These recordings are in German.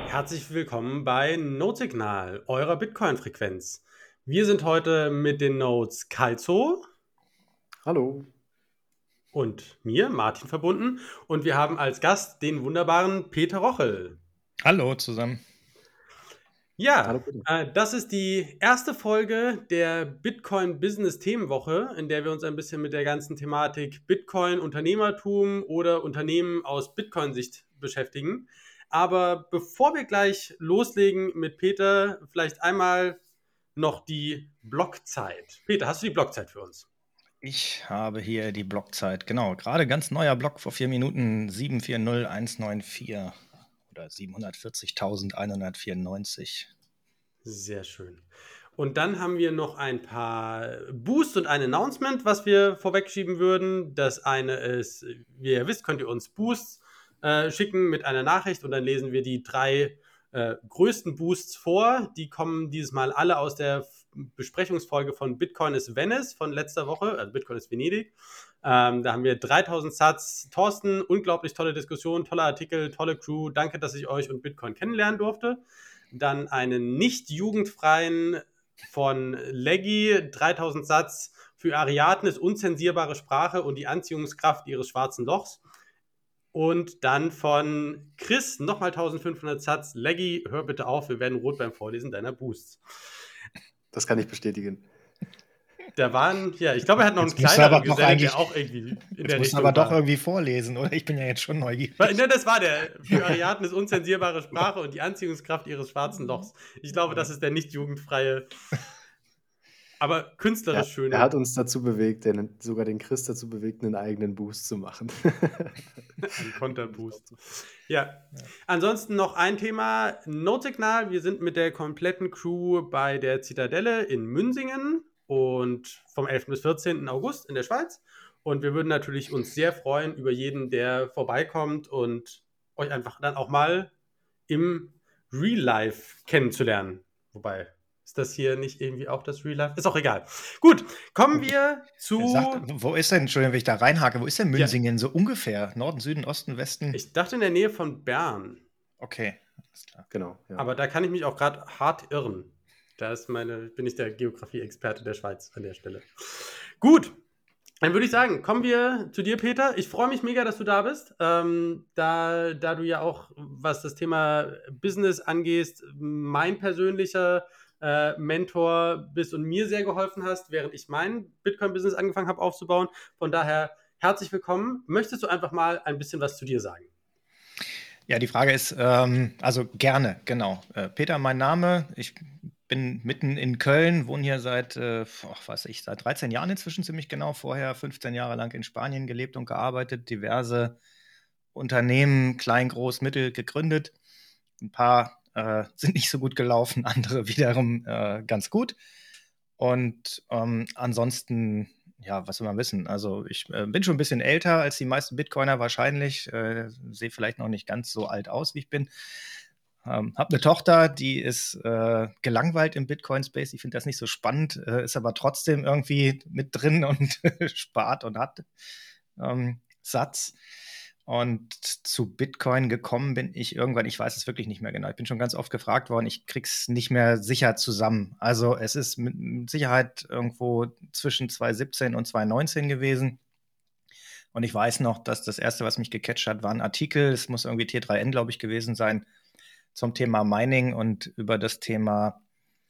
Herzlich willkommen bei Notesignal, eurer Bitcoin-Frequenz. Wir sind heute mit den Nodes Calzo Hallo. und mir, Martin, verbunden. Und wir haben als Gast den wunderbaren Peter Rochel. Hallo zusammen. Ja, Hallo Peter. das ist die erste Folge der Bitcoin-Business-Themenwoche, in der wir uns ein bisschen mit der ganzen Thematik Bitcoin, Unternehmertum oder Unternehmen aus Bitcoin-Sicht beschäftigen. Aber bevor wir gleich loslegen mit Peter, vielleicht einmal noch die Blockzeit. Peter, hast du die Blockzeit für uns? Ich habe hier die Blockzeit. Genau, gerade ganz neuer Block vor 4 Minuten 740194 oder 740.194. Sehr schön. Und dann haben wir noch ein paar Boosts und ein Announcement, was wir vorwegschieben würden. Das eine ist, wie ihr wisst, könnt ihr uns Boosts schicken mit einer Nachricht und dann lesen wir die 3 größten Boosts vor. Die kommen dieses Mal alle aus der Besprechungsfolge von Bitcoin is Venice von letzter Woche, also Bitcoin ist Venedig. Da haben wir 3000 Satz. Thorsten, unglaublich tolle Diskussion, toller Artikel, tolle Crew. Danke, dass ich euch und Bitcoin kennenlernen durfte. Dann einen nicht jugendfreien von Leggy, 3000 Satz für Ariadnes unzensierbare Sprache und die Anziehungskraft ihres schwarzen Lochs. Und dann von Chris nochmal 1500 Satz. Leggy, hör bitte auf, wir werden rot beim Vorlesen deiner Boosts. Das kann ich bestätigen. Da waren, ja, ich glaube, er hat noch einen Jetzt musst du aber kleineren doch gesendet, eigentlich- der auch irgendwie in Jetzt der musst du Richtung aber doch war. irgendwie vorlesen, oder? Ich bin ja jetzt schon neugierig. Ne, das war der für Ariadnes unzensierbare Sprache und die Anziehungskraft ihres schwarzen Lochs. Ich glaube, das ist der nicht jugendfreie, aber künstlerisch schöne. Er hat uns dazu bewegt, sogar den Chris dazu bewegt, einen eigenen Boost zu machen. Ein Konterboost. Ja. Ansonsten noch ein Thema: Notesignal. Wir sind mit der kompletten Crew bei der Zitadelle in Münsingen und vom 11. bis 14. August in der Schweiz. Und wir würden natürlich uns sehr freuen über jeden, der vorbeikommt und euch einfach dann auch mal im Real Life kennenzulernen. Wobei, ist das hier nicht irgendwie auch das Real Life? Ist auch egal. Gut, kommen wir zu. Wo ist denn, Entschuldigung, wenn ich da reinhake, wo ist denn Münsingen so ungefähr? Norden, Süden, Osten, Westen? Ich dachte in der Nähe von Bern. Okay, alles klar. Genau. Ja. Aber da kann ich mich auch gerade hart irren. Bin ich der Geografie-Experte der Schweiz an der Stelle. Gut, dann würde ich sagen, kommen wir zu dir, Peter. Ich freue mich mega, dass du da bist. Da du ja auch, was das Thema Business angehst, mein persönlicher Mentor bist und mir sehr geholfen hast, während ich mein Bitcoin-Business angefangen habe aufzubauen. Von daher herzlich willkommen. Möchtest du einfach mal ein bisschen was zu dir sagen? Ja, die Frage ist, also gerne, genau. Peter, mein Name. Ich bin mitten in Köln, wohne hier seit 13 Jahren inzwischen ziemlich genau. Vorher 15 Jahre lang in Spanien gelebt und gearbeitet, diverse Unternehmen, klein, groß, mittel gegründet. Ein paar sind nicht so gut gelaufen, andere wiederum ganz gut. Und ansonsten, ja, was will man wissen? Also ich bin schon ein bisschen älter als die meisten Bitcoiner wahrscheinlich, sehe vielleicht noch nicht ganz so alt aus, wie ich bin. Habe eine Tochter, die ist gelangweilt im Bitcoin-Space. Ich finde das nicht so spannend, ist aber trotzdem irgendwie mit drin und spart und hat Satz. Und zu Bitcoin gekommen bin ich irgendwann, ich weiß es wirklich nicht mehr genau. Ich bin schon ganz oft gefragt worden, ich krieg's nicht mehr sicher zusammen. Also es ist mit Sicherheit irgendwo zwischen 2017 und 2019 gewesen. Und ich weiß noch, dass das erste, was mich gecatcht hat, war ein Artikel. Es muss irgendwie T3N, glaube ich, gewesen sein, zum Thema Mining und über das Thema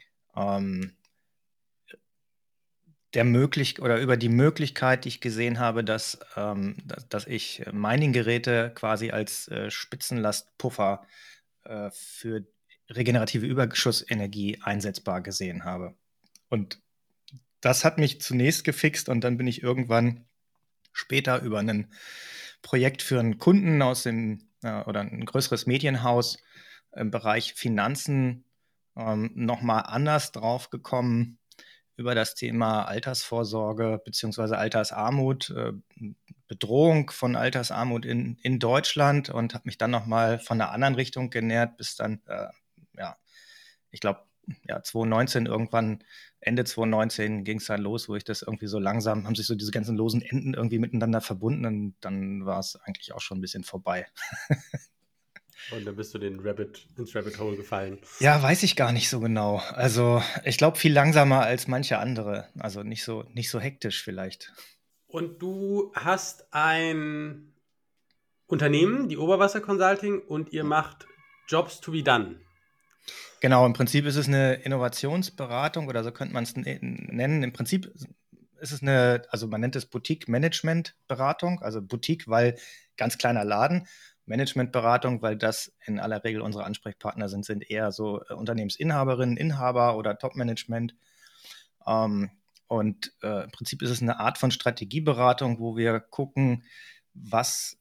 über die Möglichkeit, die ich gesehen habe, dass ich Mining-Geräte quasi als Spitzenlastpuffer für regenerative Überschussenergie einsetzbar gesehen habe. Und das hat mich zunächst gefixt und dann bin ich irgendwann später über ein Projekt für einen Kunden oder ein größeres Medienhaus im Bereich Finanzen nochmal anders drauf gekommen, über das Thema Altersvorsorge bzw. Altersarmut, Bedrohung von Altersarmut in Deutschland und habe mich dann nochmal von einer anderen Richtung genähert, bis dann, ich glaube, 2019 irgendwann, Ende 2019 ging es dann los, wo ich das irgendwie so langsam, haben sich so diese ganzen losen Enden irgendwie miteinander verbunden und dann war es eigentlich auch schon ein bisschen vorbei. Und dann bist du ins Rabbit Hole gefallen. Ja, weiß ich gar nicht so genau. Also ich glaube viel langsamer als manche andere. Also nicht so hektisch vielleicht. Und du hast ein Unternehmen, die Oberwasser Consulting, und ihr macht Jobs to be done. Genau, im Prinzip ist es eine Innovationsberatung oder so könnte man es nennen. Im Prinzip ist es also man nennt es Boutique-Management-Beratung, also Boutique, weil ganz kleiner Laden, Managementberatung, weil das in aller Regel unsere Ansprechpartner sind eher so Unternehmensinhaberinnen, Inhaber oder Top-Management. Und im Prinzip ist es eine Art von Strategieberatung, wo wir gucken, was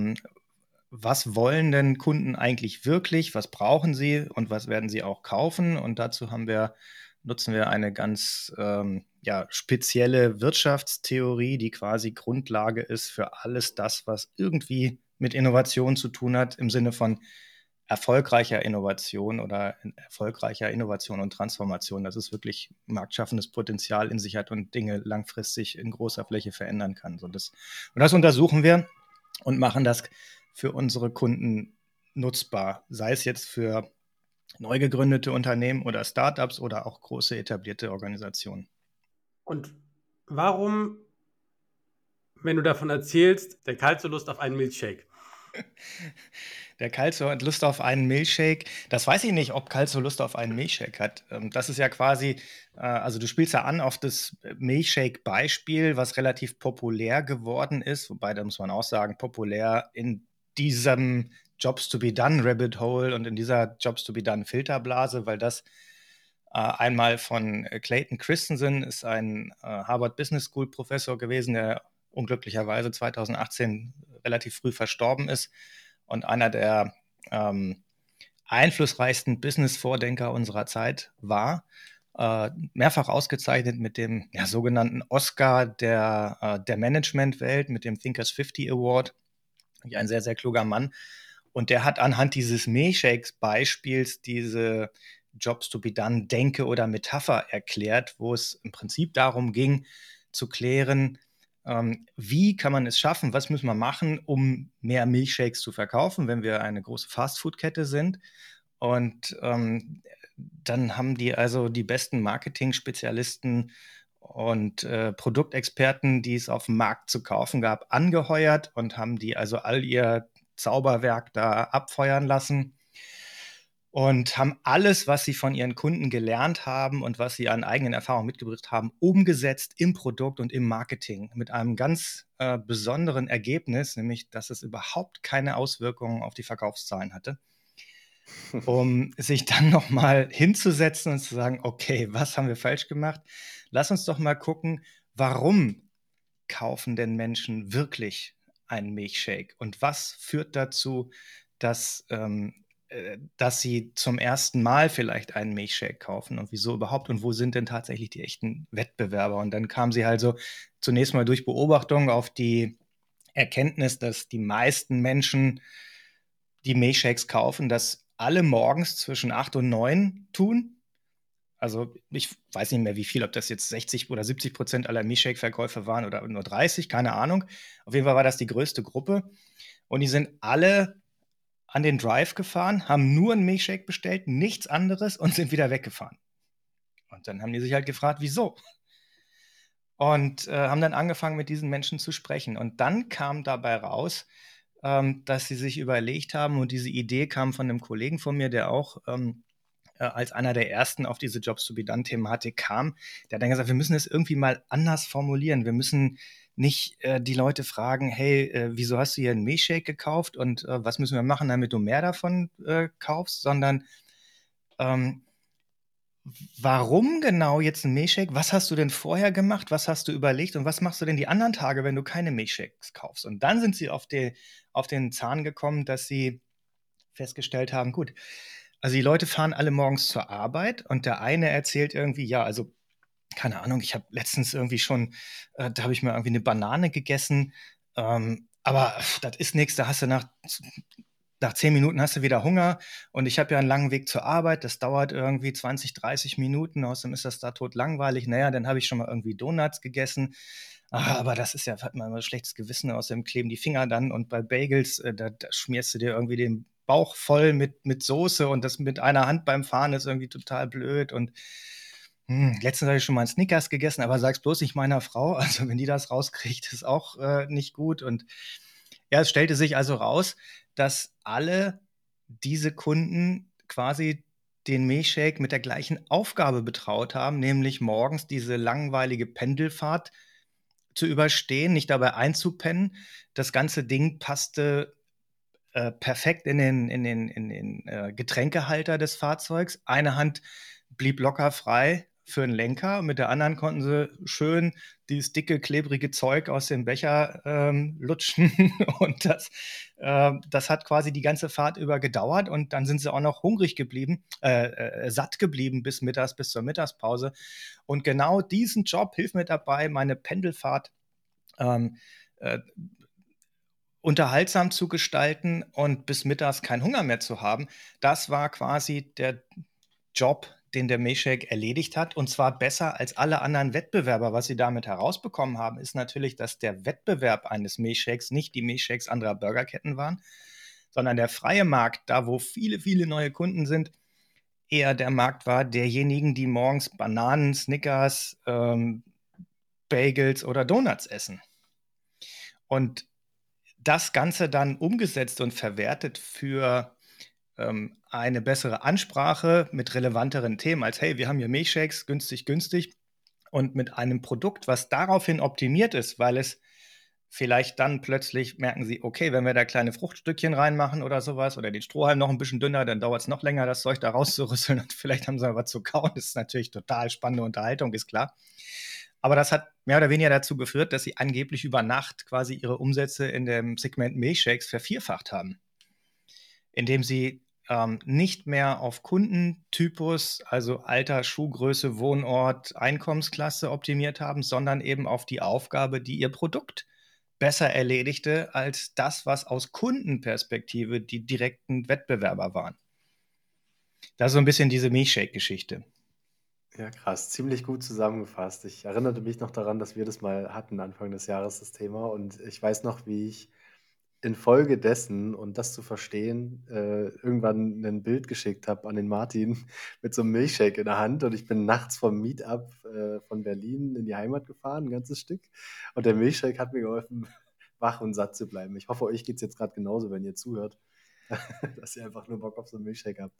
wollen denn Kunden eigentlich wirklich, was brauchen sie und was werden sie auch kaufen. Und dazu nutzen wir eine ganz spezielle Wirtschaftstheorie, die quasi Grundlage ist für alles das, was irgendwie mit Innovation zu tun hat, im Sinne von erfolgreicher Innovation oder erfolgreicher Innovation und Transformation, dass es wirklich marktschaffendes Potenzial in sich hat und Dinge langfristig in großer Fläche verändern kann. Und das untersuchen wir und machen das für unsere Kunden nutzbar, sei es jetzt für neu gegründete Unternehmen oder Startups oder auch große etablierte Organisationen. Und warum, wenn du davon erzählst, der Karl so Lust auf einen Milchshake? Der Calcio hat Lust auf einen Milchshake. Das weiß ich nicht, ob Calcio Lust auf einen Milchshake hat. Das ist ja quasi, also du spielst ja an auf das Milchshake-Beispiel, was relativ populär geworden ist. Wobei, da muss man auch sagen, populär in diesem Jobs to be done Rabbit Hole und in dieser Jobs to be done Filterblase, weil das einmal von Clayton Christensen ist ein Harvard Business School Professor gewesen, der unglücklicherweise 2018 relativ früh verstorben ist und einer der einflussreichsten Business-Vordenker unserer Zeit war. Mehrfach ausgezeichnet mit dem sogenannten Oscar der Management-Welt, mit dem Thinkers 50 Award. Ein sehr, sehr kluger Mann. Und der hat anhand dieses Milchshakes-Beispiels diese Jobs to be done Denke oder Metapher erklärt, wo es im Prinzip darum ging, zu klären, wie kann man es schaffen, was müssen wir machen, um mehr Milchshakes zu verkaufen, wenn wir eine große Fastfood-Kette sind. Und dann haben die also die besten Marketing-Spezialisten und Produktexperten, die es auf dem Markt zu kaufen gab, angeheuert und haben die also all ihr Zauberwerk da abfeuern lassen und haben alles, was sie von ihren Kunden gelernt haben und was sie an eigenen Erfahrungen mitgebracht haben, umgesetzt im Produkt und im Marketing mit einem ganz besonderen Ergebnis, nämlich, dass es überhaupt keine Auswirkungen auf die Verkaufszahlen hatte. Um sich dann nochmal hinzusetzen und zu sagen, okay, was haben wir falsch gemacht? Lass uns doch mal gucken, warum kaufen denn Menschen wirklich einen Milchshake? Und was führt dazu, dass sie zum ersten Mal vielleicht einen Milchshake kaufen und wieso überhaupt und wo sind denn tatsächlich die echten Wettbewerber? Und dann kam sie also zunächst mal durch Beobachtung auf die Erkenntnis, dass die meisten Menschen, die Milchshakes kaufen, das alle morgens zwischen 8 und 9 tun. Also ich weiß nicht mehr wie viel, ob das jetzt 60 oder 70% aller Milchshake-Verkäufe waren oder nur 30, keine Ahnung. Auf jeden Fall war das die größte Gruppe. Und die sind alle an den Drive gefahren, haben nur einen Milchshake bestellt, nichts anderes und sind wieder weggefahren. Und dann haben die sich halt gefragt, wieso? Und haben dann angefangen, mit diesen Menschen zu sprechen. Und dann kam dabei raus, dass sie sich überlegt haben, und diese Idee kam von einem Kollegen von mir, der auch als einer der ersten auf diese Jobs-to-be-done-Thematik kam. Der hat dann gesagt, wir müssen es irgendwie mal anders formulieren. Wir müssen nicht die Leute fragen, hey, wieso hast du hier einen Milchshake gekauft und was müssen wir machen, damit du mehr davon kaufst, sondern warum genau jetzt ein Milchshake? Was hast du denn vorher gemacht? Was hast du überlegt? Und was machst du denn die anderen Tage, wenn du keine Milchshakes kaufst? Und dann sind sie auf den Zahn gekommen, dass sie festgestellt haben, gut, also die Leute fahren alle morgens zur Arbeit und der eine erzählt irgendwie, ja, also keine Ahnung, ich habe letztens irgendwie schon, da habe ich mal irgendwie eine Banane gegessen, aber das ist nichts, da hast du nach 10 Minuten hast du wieder Hunger und ich habe ja einen langen Weg zur Arbeit, das dauert irgendwie 20, 30 Minuten, außerdem ist das da tot langweilig. Naja, dann habe ich schon mal irgendwie Donuts gegessen, aber das ist ja, hat man immer ein schlechtes Gewissen, außerdem kleben die Finger dann und bei Bagels, da schmierst du dir irgendwie den Bauch voll mit Soße und das mit einer Hand beim Fahren ist irgendwie total blöd. Und letztens habe ich schon mal einen Snickers gegessen, aber sag's bloß nicht meiner Frau. Also wenn die das rauskriegt, ist auch nicht gut. Und ja, es stellte sich also raus, dass alle diese Kunden quasi den Milchshake mit der gleichen Aufgabe betraut haben, nämlich morgens diese langweilige Pendelfahrt zu überstehen, nicht dabei einzupennen. Das ganze Ding passte perfekt in den Getränkehalter des Fahrzeugs. Eine Hand blieb locker frei für den Lenker, mit der anderen konnten sie schön dieses dicke, klebrige Zeug aus dem Becher lutschen und das hat quasi die ganze Fahrt über gedauert und dann sind sie auch noch hungrig geblieben, satt geblieben bis mittags, bis zur Mittagspause und genau diesen Job hilft mir dabei, meine Pendelfahrt äh, unterhaltsam zu gestalten und bis mittags keinen Hunger mehr zu haben. Das war quasi der Job, den der Milchshake erledigt hat und zwar besser als alle anderen Wettbewerber. Was sie damit herausbekommen haben, ist natürlich, dass der Wettbewerb eines Milchshakes nicht die Milchshakes anderer Burgerketten waren, sondern der freie Markt, da wo viele, viele neue Kunden sind, eher der Markt war derjenigen, die morgens Bananen, Snickers, Bagels oder Donuts essen. Und das Ganze dann umgesetzt und verwertet für eine bessere Ansprache mit relevanteren Themen als, hey, wir haben hier Milchshakes, günstig, günstig und mit einem Produkt, was daraufhin optimiert ist, weil es vielleicht dann plötzlich merken sie, okay, wenn wir da kleine Fruchtstückchen reinmachen oder sowas oder den Strohhalm noch ein bisschen dünner, dann dauert es noch länger, das Zeug da rauszurüsseln und vielleicht haben sie aber was zu kauen. Das ist natürlich total spannende Unterhaltung, ist klar. Aber das hat mehr oder weniger dazu geführt, dass sie angeblich über Nacht quasi ihre Umsätze in dem Segment Milchshakes vervierfacht haben, indem sie nicht mehr auf Kundentypus, also Alter, Schuhgröße, Wohnort, Einkommensklasse optimiert haben, sondern eben auf die Aufgabe, die ihr Produkt besser erledigte, als das, was aus Kundenperspektive die direkten Wettbewerber waren. Das ist so ein bisschen diese Milchshake-Geschichte. Ja, krass, ziemlich gut zusammengefasst. Ich erinnerte mich noch daran, dass wir das mal hatten Anfang des Jahres, das Thema. Und ich weiß noch, wie ich infolgedessen und das zu verstehen, irgendwann ein Bild geschickt habe an den Martin mit so einem Milchshake in der Hand. Und ich bin nachts vom Meetup von Berlin in die Heimat gefahren, ein ganzes Stück. Und der Milchshake hat mir geholfen, wach und satt zu bleiben. Ich hoffe, euch geht es jetzt gerade genauso, wenn ihr zuhört, dass ihr einfach nur Bock auf so einen Milchshake habt.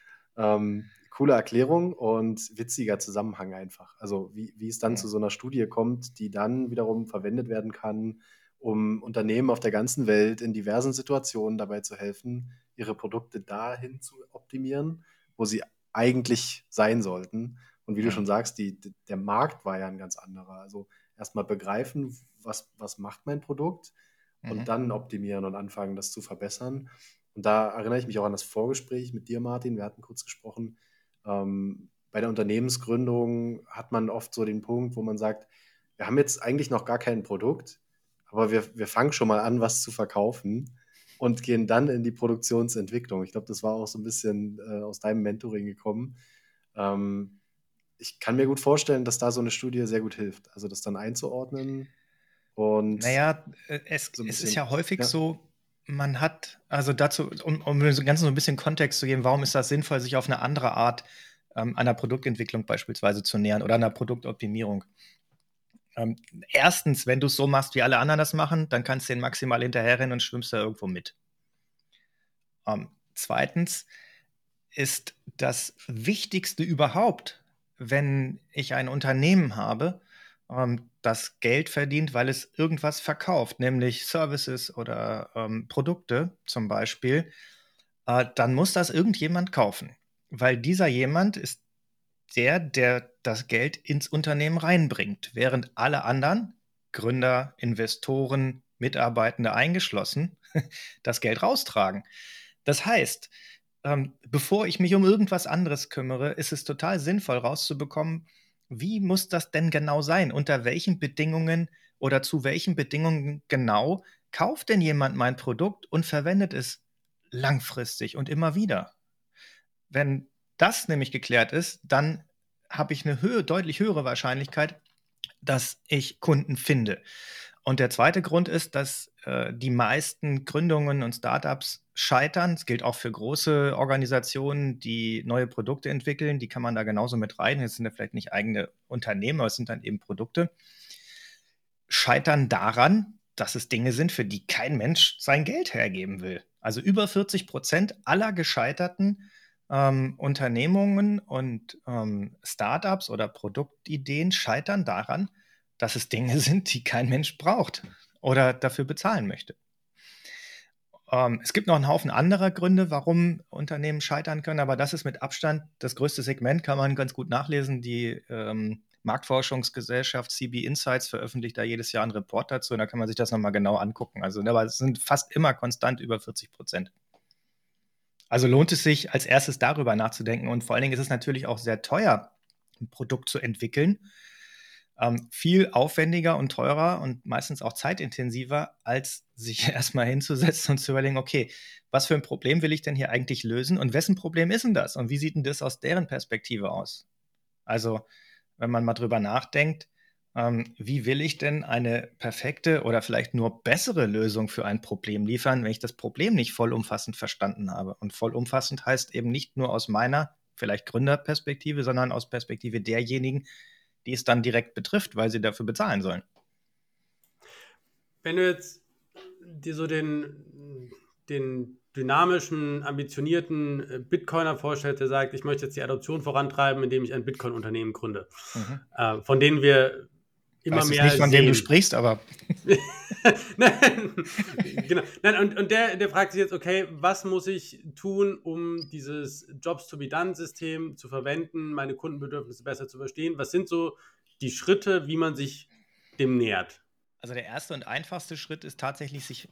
Coole Erklärung und witziger Zusammenhang einfach. Also wie es dann zu so einer Studie kommt, die dann wiederum verwendet werden kann, um Unternehmen auf der ganzen Welt in diversen Situationen dabei zu helfen, ihre Produkte dahin zu optimieren, wo sie eigentlich sein sollten. Und wie du schon sagst, der Markt war ja ein ganz anderer. Also erstmal begreifen, was macht mein Produkt und dann optimieren und anfangen, das zu verbessern. Und da erinnere ich mich auch an das Vorgespräch mit dir, Martin. Wir hatten kurz gesprochen. Bei der Unternehmensgründung hat man oft so den Punkt, wo man sagt, wir haben jetzt eigentlich noch gar kein Produkt, aber wir fangen schon mal an, was zu verkaufen und gehen dann in die Produktionsentwicklung. Ich glaube, das war auch so ein bisschen aus deinem Mentoring gekommen. Ich kann mir gut vorstellen, dass da so eine Studie sehr gut hilft. Also das dann einzuordnen und Naja, es so ein ist bisschen, ja häufig ja. so, man hat, also dazu, um dem Ganzen so ein bisschen Kontext zu geben, warum ist das sinnvoll, sich auf eine andere Art einer Produktentwicklung beispielsweise zu nähern oder einer Produktoptimierung? Erstens, wenn du es so machst, wie alle anderen das machen, dann kannst du den maximal hinterherrennen und schwimmst da irgendwo mit. Zweitens ist das Wichtigste überhaupt, wenn ich ein Unternehmen habe, das Geld verdient, weil es irgendwas verkauft, nämlich Services oder Produkte zum Beispiel, dann muss das irgendjemand kaufen, weil dieser jemand ist der das Geld ins Unternehmen reinbringt, während alle anderen, Gründer, Investoren, Mitarbeitende eingeschlossen, das Geld raustragen. Das heißt, bevor ich mich um irgendwas anderes kümmere, ist es total sinnvoll rauszubekommen, wie muss das denn genau sein? Unter welchen Bedingungen oder zu welchen Bedingungen genau kauft denn jemand mein Produkt und verwendet es langfristig und immer wieder? Wenn das nämlich geklärt ist, dann habe ich eine deutlich höhere Wahrscheinlichkeit, dass ich Kunden finde. Und der zweite Grund ist, dass die meisten Gründungen und Startups scheitern. Das gilt auch für große Organisationen, die neue Produkte entwickeln. Die kann man da genauso mit rein. Das sind ja vielleicht nicht eigene Unternehmen, aber es sind dann eben Produkte. Scheitern daran, dass es Dinge sind, für die kein Mensch sein Geld hergeben will. Also über 40% aller gescheiterten Unternehmungen und Startups oder Produktideen scheitern daran, dass es Dinge sind, die kein Mensch braucht oder dafür bezahlen möchte. Es gibt noch einen Haufen anderer Gründe, warum Unternehmen scheitern können, aber das ist mit Abstand das größte Segment, kann man ganz gut nachlesen. Die Marktforschungsgesellschaft CB Insights veröffentlicht da jedes Jahr einen Report dazu und da kann man sich das nochmal genau angucken. Also, aber es sind fast immer konstant über 40%. Also lohnt es sich, als erstes darüber nachzudenken und vor allen Dingen ist es natürlich auch sehr teuer, ein Produkt zu entwickeln. Viel aufwendiger und teurer und meistens auch zeitintensiver, als sich erstmal hinzusetzen und zu überlegen, okay, was für ein Problem will ich denn hier eigentlich lösen und wessen Problem ist denn das und wie sieht denn das aus deren Perspektive aus? Also, wenn man mal drüber nachdenkt, wie will ich denn eine perfekte oder vielleicht nur bessere Lösung für ein Problem liefern, wenn ich das Problem nicht vollumfassend verstanden habe? Und vollumfassend heißt eben nicht nur aus meiner, vielleicht Gründerperspektive, sondern aus Perspektive derjenigen, die es dann direkt betrifft, weil sie dafür bezahlen sollen. Wenn du jetzt dir so den dynamischen, ambitionierten Bitcoiner vorstellst, der sagt, ich möchte jetzt die Adoption vorantreiben, indem ich ein Bitcoin-Unternehmen gründe, von denen wir immer mehr nicht, von sehen. dem du sprichst, aber Nein, genau. Nein, und der fragt sich jetzt, okay, was muss ich tun, um dieses Jobs-to-be-done-System zu verwenden, meine Kundenbedürfnisse besser zu verstehen? Was sind so die Schritte, wie man sich dem nähert? Also der erste und einfachste Schritt ist tatsächlich, sich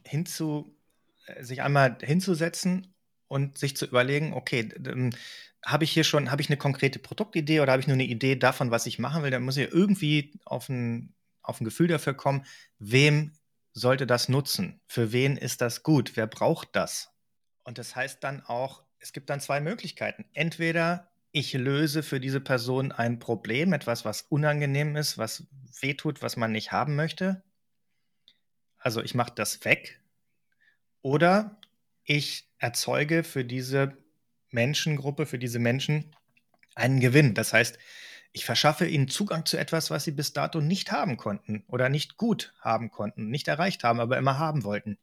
einmal hinzusetzen und sich zu überlegen, okay, habe ich eine konkrete Produktidee oder habe ich nur eine Idee davon, was ich machen will? Dann muss ich irgendwie auf ein Gefühl dafür kommen, wem sollte das nutzen? Für wen ist das gut? Wer braucht das? Und das heißt dann auch, es gibt dann zwei Möglichkeiten. Entweder ich löse für diese Person ein Problem, etwas, was unangenehm ist, was wehtut, was man nicht haben möchte. Also ich mache das weg. Oder ich erzeuge für diese Menschengruppe, für diese Menschen einen Gewinn. Das heißt, ich verschaffe ihnen Zugang zu etwas, was sie bis dato nicht haben konnten oder nicht gut haben konnten, nicht erreicht haben, aber immer haben wollten.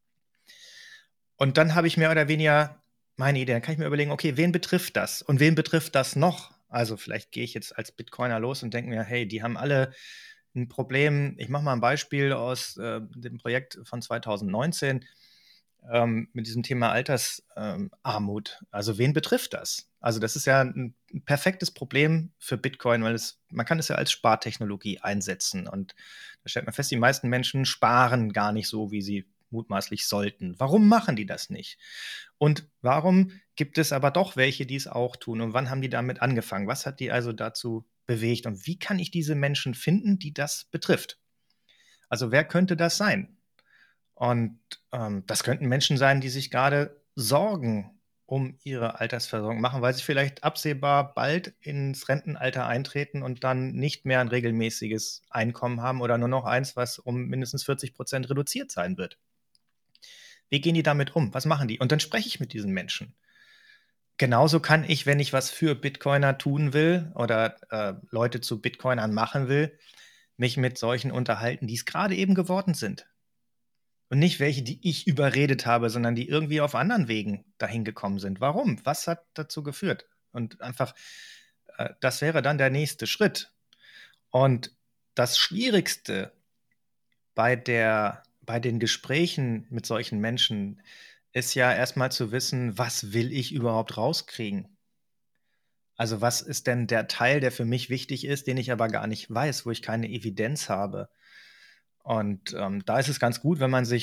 Und dann habe ich mehr oder weniger meine Idee. Dann kann ich mir überlegen, okay, wen betrifft das? Und wen betrifft das noch? Also vielleicht gehe ich jetzt als Bitcoiner los und denke mir, hey, die haben alle ein Problem. Ich mache mal ein Beispiel aus dem Projekt von 2019 mit diesem Thema Altersarmut. Also wen betrifft das? Also das ist ja ein perfektes Problem für Bitcoin, weil man kann es ja als Spartechnologie einsetzen. Und da stellt man fest, die meisten Menschen sparen gar nicht so, wie sie mutmaßlich sollten. Warum machen die das nicht? Und warum gibt es aber doch welche, die es auch tun? Und wann haben die damit angefangen? Was hat die also dazu bewegt? Und wie kann ich diese Menschen finden, die das betrifft? Also wer könnte das sein? Und das könnten Menschen sein, die sich gerade Sorgen um ihre Altersversorgung machen, weil sie vielleicht absehbar bald ins Rentenalter eintreten und dann nicht mehr ein regelmäßiges Einkommen haben oder nur noch eins, was um mindestens 40% reduziert sein wird. Wie gehen die damit um? Was machen die? Und dann spreche ich mit diesen Menschen. Genauso kann ich, wenn ich was für Bitcoiner tun will oder Leute zu Bitcoinern machen will, mich mit solchen unterhalten, die es gerade eben geworden sind. Und nicht welche, die ich überredet habe, sondern die irgendwie auf anderen Wegen dahin gekommen sind. Warum? Was hat dazu geführt? Und einfach, das wäre dann der nächste Schritt. Und das Schwierigste bei den Gesprächen mit solchen Menschen ist ja erstmal zu wissen, was will ich überhaupt rauskriegen? Also was ist denn der Teil, der für mich wichtig ist, den ich aber gar nicht weiß, wo ich keine Evidenz habe? Und da ist es ganz gut, wenn man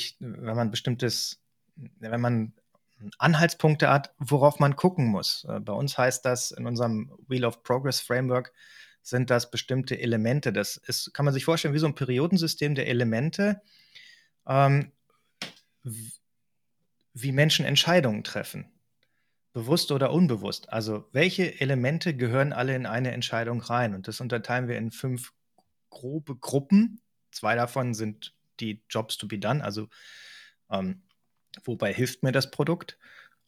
Anhaltspunkte hat, worauf man gucken muss. Bei uns heißt das in unserem Wheel of Progress Framework sind das bestimmte Elemente. Kann man sich vorstellen, wie so ein Periodensystem der Elemente, wie Menschen Entscheidungen treffen. Bewusst oder unbewusst. Also welche Elemente gehören alle in eine Entscheidung rein? Und das unterteilen wir in 5 grobe Gruppen. 2 davon sind die Jobs to be done, also wobei hilft mir das Produkt?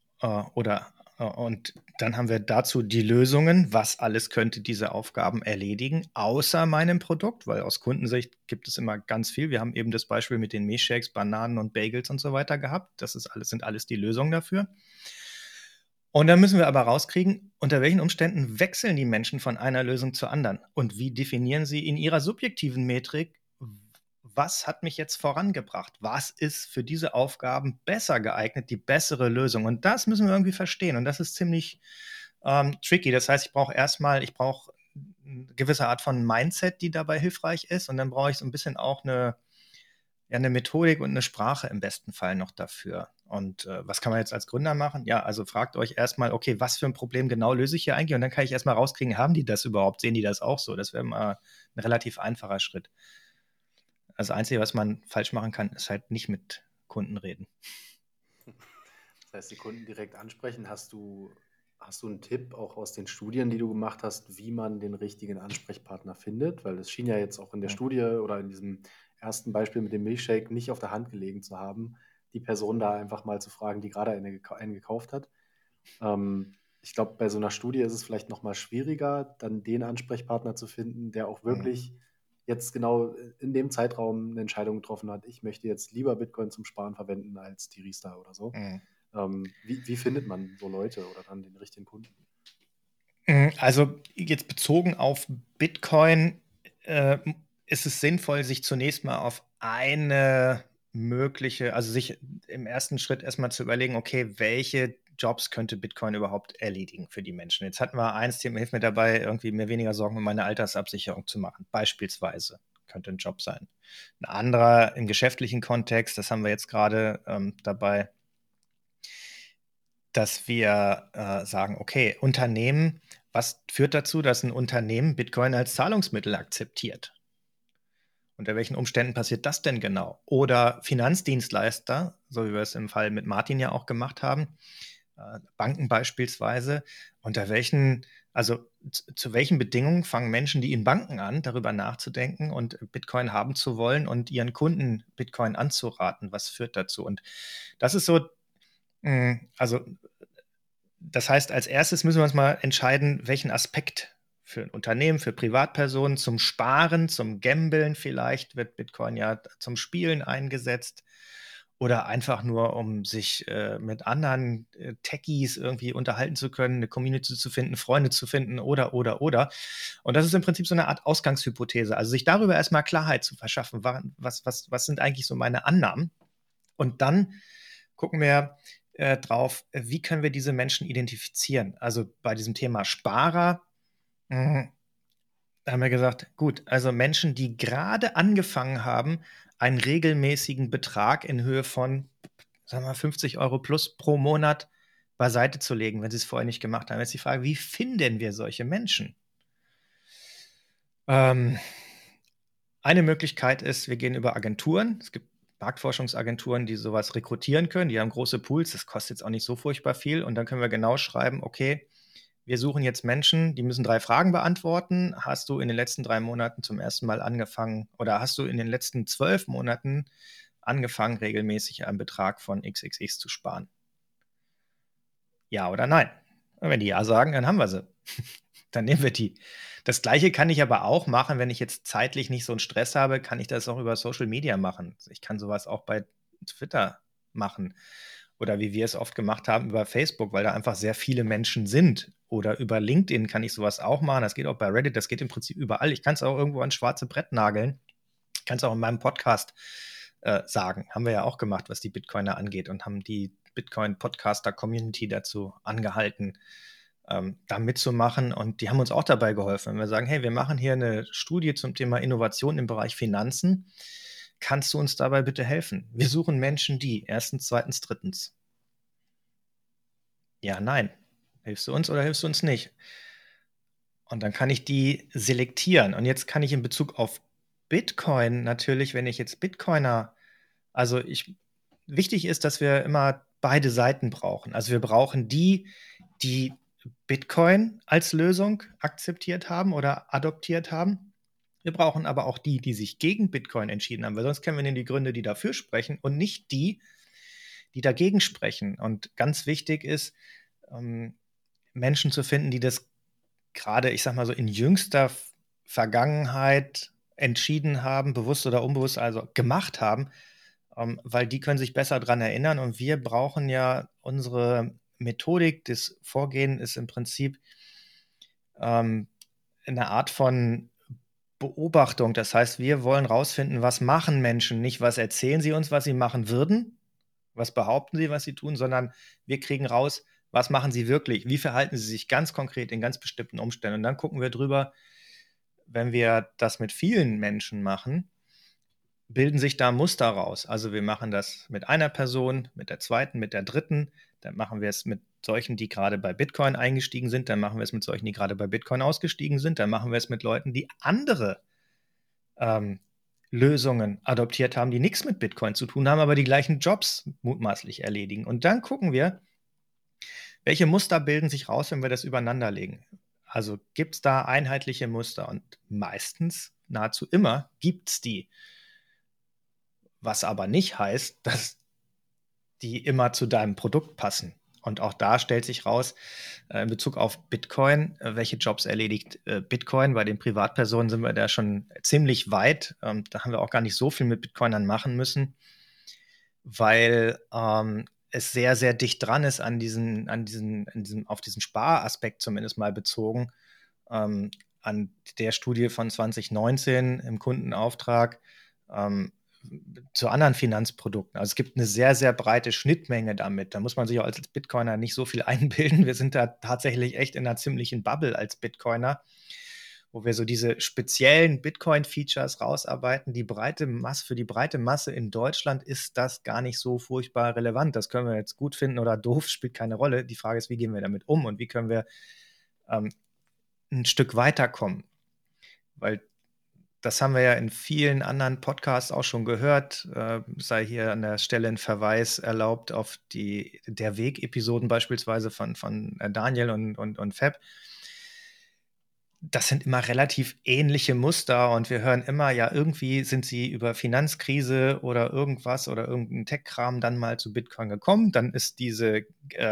Und dann haben wir dazu die Lösungen, was alles könnte diese Aufgaben erledigen, außer meinem Produkt, weil aus Kundensicht gibt es immer ganz viel. Wir haben eben das Beispiel mit den Milchshakes, Bananen und Bagels und so weiter gehabt. Das sind alles die Lösungen dafür. Und dann müssen wir aber rauskriegen, unter welchen Umständen wechseln die Menschen von einer Lösung zur anderen und wie definieren sie in ihrer subjektiven Metrik, was hat mich jetzt vorangebracht? Was ist für diese Aufgaben besser geeignet, die bessere Lösung? Und das müssen wir irgendwie verstehen. Und das ist ziemlich tricky. Das heißt, ich brauche eine gewisse Art von Mindset, die dabei hilfreich ist. Und dann brauche ich so ein bisschen auch eine Methodik und eine Sprache im besten Fall noch dafür. Und was kann man jetzt als Gründer machen? Ja, also fragt euch erstmal, okay, was für ein Problem genau löse ich hier eigentlich? Und dann kann ich erstmal rauskriegen, haben die das überhaupt? Sehen die das auch so? Das wäre mal ein relativ einfacher Schritt. Das Einzige, was man falsch machen kann, ist halt nicht mit Kunden reden. Das heißt, die Kunden direkt ansprechen. Hast du einen Tipp auch aus den Studien, die du gemacht hast, wie man den richtigen Ansprechpartner findet? Weil es schien ja jetzt auch in der Studie oder in diesem ersten Beispiel mit dem Milchshake nicht auf der Hand gelegen zu haben, die Person da einfach mal zu fragen, die gerade einen gekauft hat. Ich glaube, bei so einer Studie ist es vielleicht nochmal schwieriger, dann den Ansprechpartner zu finden, der auch wirklich jetzt genau in dem Zeitraum eine Entscheidung getroffen hat, ich möchte jetzt lieber Bitcoin zum Sparen verwenden als die Riester oder so. Wie findet man so Leute oder dann den richtigen Kunden? Also jetzt bezogen auf Bitcoin ist es sinnvoll, sich zunächst mal auf eine mögliche, also sich im ersten Schritt erstmal zu überlegen, okay, welche Jobs könnte Bitcoin überhaupt erledigen für die Menschen? Jetzt hatten wir eins, Thema hilft mir dabei, irgendwie mir weniger Sorgen um meine Altersabsicherung zu machen. Beispielsweise könnte ein Job sein. Ein anderer im geschäftlichen Kontext, das haben wir jetzt gerade dabei, dass wir sagen, okay, Unternehmen, was führt dazu, dass ein Unternehmen Bitcoin als Zahlungsmittel akzeptiert? Unter welchen Umständen passiert das denn genau? Oder Finanzdienstleister, so wie wir es im Fall mit Martin ja auch gemacht haben, Banken beispielsweise, zu welchen Bedingungen fangen Menschen, die in Banken an, darüber nachzudenken und Bitcoin haben zu wollen und ihren Kunden Bitcoin anzuraten? Was führt dazu? Und das ist so, also das heißt, als erstes müssen wir uns mal entscheiden, welchen Aspekt für ein Unternehmen, für Privatpersonen zum Sparen, zum Gambeln vielleicht wird Bitcoin ja zum Spielen eingesetzt oder einfach nur, um sich mit anderen Techies irgendwie unterhalten zu können, eine Community zu finden, Freunde zu finden oder. Und das ist im Prinzip so eine Art Ausgangshypothese. Also sich darüber erstmal Klarheit zu verschaffen, was sind eigentlich so meine Annahmen? Und dann gucken wir drauf, wie können wir diese Menschen identifizieren. Also bei diesem Thema Sparer, da haben wir gesagt, gut, also Menschen, die gerade angefangen haben, einen regelmäßigen Betrag in Höhe von, sagen wir, 50 € plus pro Monat beiseite zu legen, wenn sie es vorher nicht gemacht haben. Jetzt die Frage, wie finden wir solche Menschen? Eine Möglichkeit ist, wir gehen über Agenturen. Es gibt Marktforschungsagenturen, die sowas rekrutieren können. Die haben große Pools, das kostet jetzt auch nicht so furchtbar viel. Und dann können wir genau schreiben, okay, wir suchen jetzt Menschen, die müssen 3 Fragen beantworten. Hast du in den letzten 3 Monaten zum ersten Mal angefangen oder hast du in den letzten 12 Monaten angefangen, regelmäßig einen Betrag von XXX zu sparen? Ja oder nein? Und wenn die ja sagen, dann haben wir sie. Dann nehmen wir die. Das Gleiche kann ich aber auch machen, wenn ich jetzt zeitlich nicht so einen Stress habe, kann ich das auch über Social Media machen. Ich kann sowas auch bei Twitter machen oder wie wir es oft gemacht haben über Facebook, weil da einfach sehr viele Menschen sind. Oder über LinkedIn kann ich sowas auch machen. Das geht auch bei Reddit, das geht im Prinzip überall. Ich kann es auch irgendwo ans schwarze Brett nageln. Ich kann es auch in meinem Podcast sagen. Haben wir ja auch gemacht, was die Bitcoiner angeht und haben die Bitcoin-Podcaster-Community dazu angehalten, da mitzumachen. Und die haben uns auch dabei geholfen. Wenn wir sagen, hey, wir machen hier eine Studie zum Thema Innovation im Bereich Finanzen, kannst du uns dabei bitte helfen? Wir suchen Menschen, die erstens, zweitens, drittens. Ja, nein. Hilfst du uns oder hilfst du uns nicht? Und dann kann ich die selektieren. Und jetzt kann ich in Bezug auf Bitcoin natürlich, wenn ich jetzt Bitcoiner, wichtig ist, dass wir immer beide Seiten brauchen. Also wir brauchen die Bitcoin als Lösung akzeptiert haben oder adoptiert haben. Wir brauchen aber auch die, die sich gegen Bitcoin entschieden haben, weil sonst kennen wir nämlich die Gründe, die dafür sprechen und nicht die, die dagegen sprechen. Und ganz wichtig ist, Menschen zu finden, die das gerade, ich sag mal so, in jüngster Vergangenheit entschieden haben, bewusst oder unbewusst, also gemacht haben, weil die können sich besser daran erinnern. Und wir brauchen ja unsere Methodik, das Vorgehen ist im Prinzip eine Art von Beobachtung. Das heißt, wir wollen rausfinden, was machen Menschen, nicht was erzählen sie uns, was sie machen würden, was behaupten sie, was sie tun, sondern wir kriegen raus, was machen sie wirklich, wie verhalten sie sich ganz konkret in ganz bestimmten Umständen. Und dann gucken wir drüber, wenn wir das mit vielen Menschen machen, bilden sich da Muster raus. Also wir machen das mit einer Person, mit der zweiten, mit der dritten, dann machen wir es mit solchen, die gerade bei Bitcoin eingestiegen sind, dann machen wir es mit solchen, die gerade bei Bitcoin ausgestiegen sind, dann machen wir es mit Leuten, die andere Lösungen adoptiert haben, die nichts mit Bitcoin zu tun haben, aber die gleichen Jobs mutmaßlich erledigen. Und dann gucken wir, welche Muster bilden sich raus, wenn wir das übereinander legen. Also gibt es da einheitliche Muster und meistens, nahezu immer, gibt es die. Was aber nicht heißt, dass die immer zu deinem Produkt passen. Und auch da stellt sich raus, in Bezug auf Bitcoin, welche Jobs erledigt Bitcoin. Bei den Privatpersonen sind wir da schon ziemlich weit. Da haben wir auch gar nicht so viel mit Bitcoinern machen müssen, weil es sehr, sehr dicht dran ist auf diesen Sparaspekt zumindest mal bezogen. An der Studie von 2019 im Kundenauftrag zu anderen Finanzprodukten. Also es gibt eine sehr, sehr breite Schnittmenge damit. Da muss man sich auch als Bitcoiner nicht so viel einbilden. Wir sind da tatsächlich echt in einer ziemlichen Bubble als Bitcoiner, wo wir so diese speziellen Bitcoin-Features rausarbeiten. Für die breite Masse in Deutschland ist das gar nicht so furchtbar relevant. Das können wir jetzt gut finden oder doof, spielt keine Rolle. Die Frage ist, wie gehen wir damit um und wie können wir ein Stück weiterkommen? Weil das haben wir ja in vielen anderen Podcasts auch schon gehört. Sei hier an der Stelle ein Verweis erlaubt auf die Der Weg-Episoden beispielsweise von Daniel und Fab. Das sind immer relativ ähnliche Muster und wir hören immer, ja, irgendwie sind sie über Finanzkrise oder irgendwas oder irgendein Tech-Kram dann mal zu Bitcoin gekommen. Dann ist diese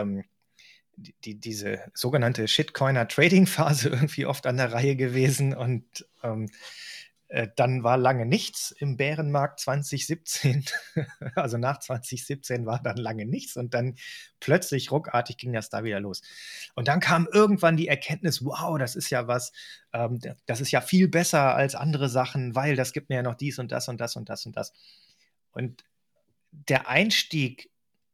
sogenannte Shitcoiner-Trading-Phase irgendwie oft an der Reihe gewesen und dann war lange nichts im Bärenmarkt 2017. Also nach 2017 war dann lange nichts und dann plötzlich ruckartig ging das da wieder los. Und dann kam irgendwann die Erkenntnis, wow, das ist ja was, das ist ja viel besser als andere Sachen, weil das gibt mir ja noch dies und das und das und das und das. Und der Einstieg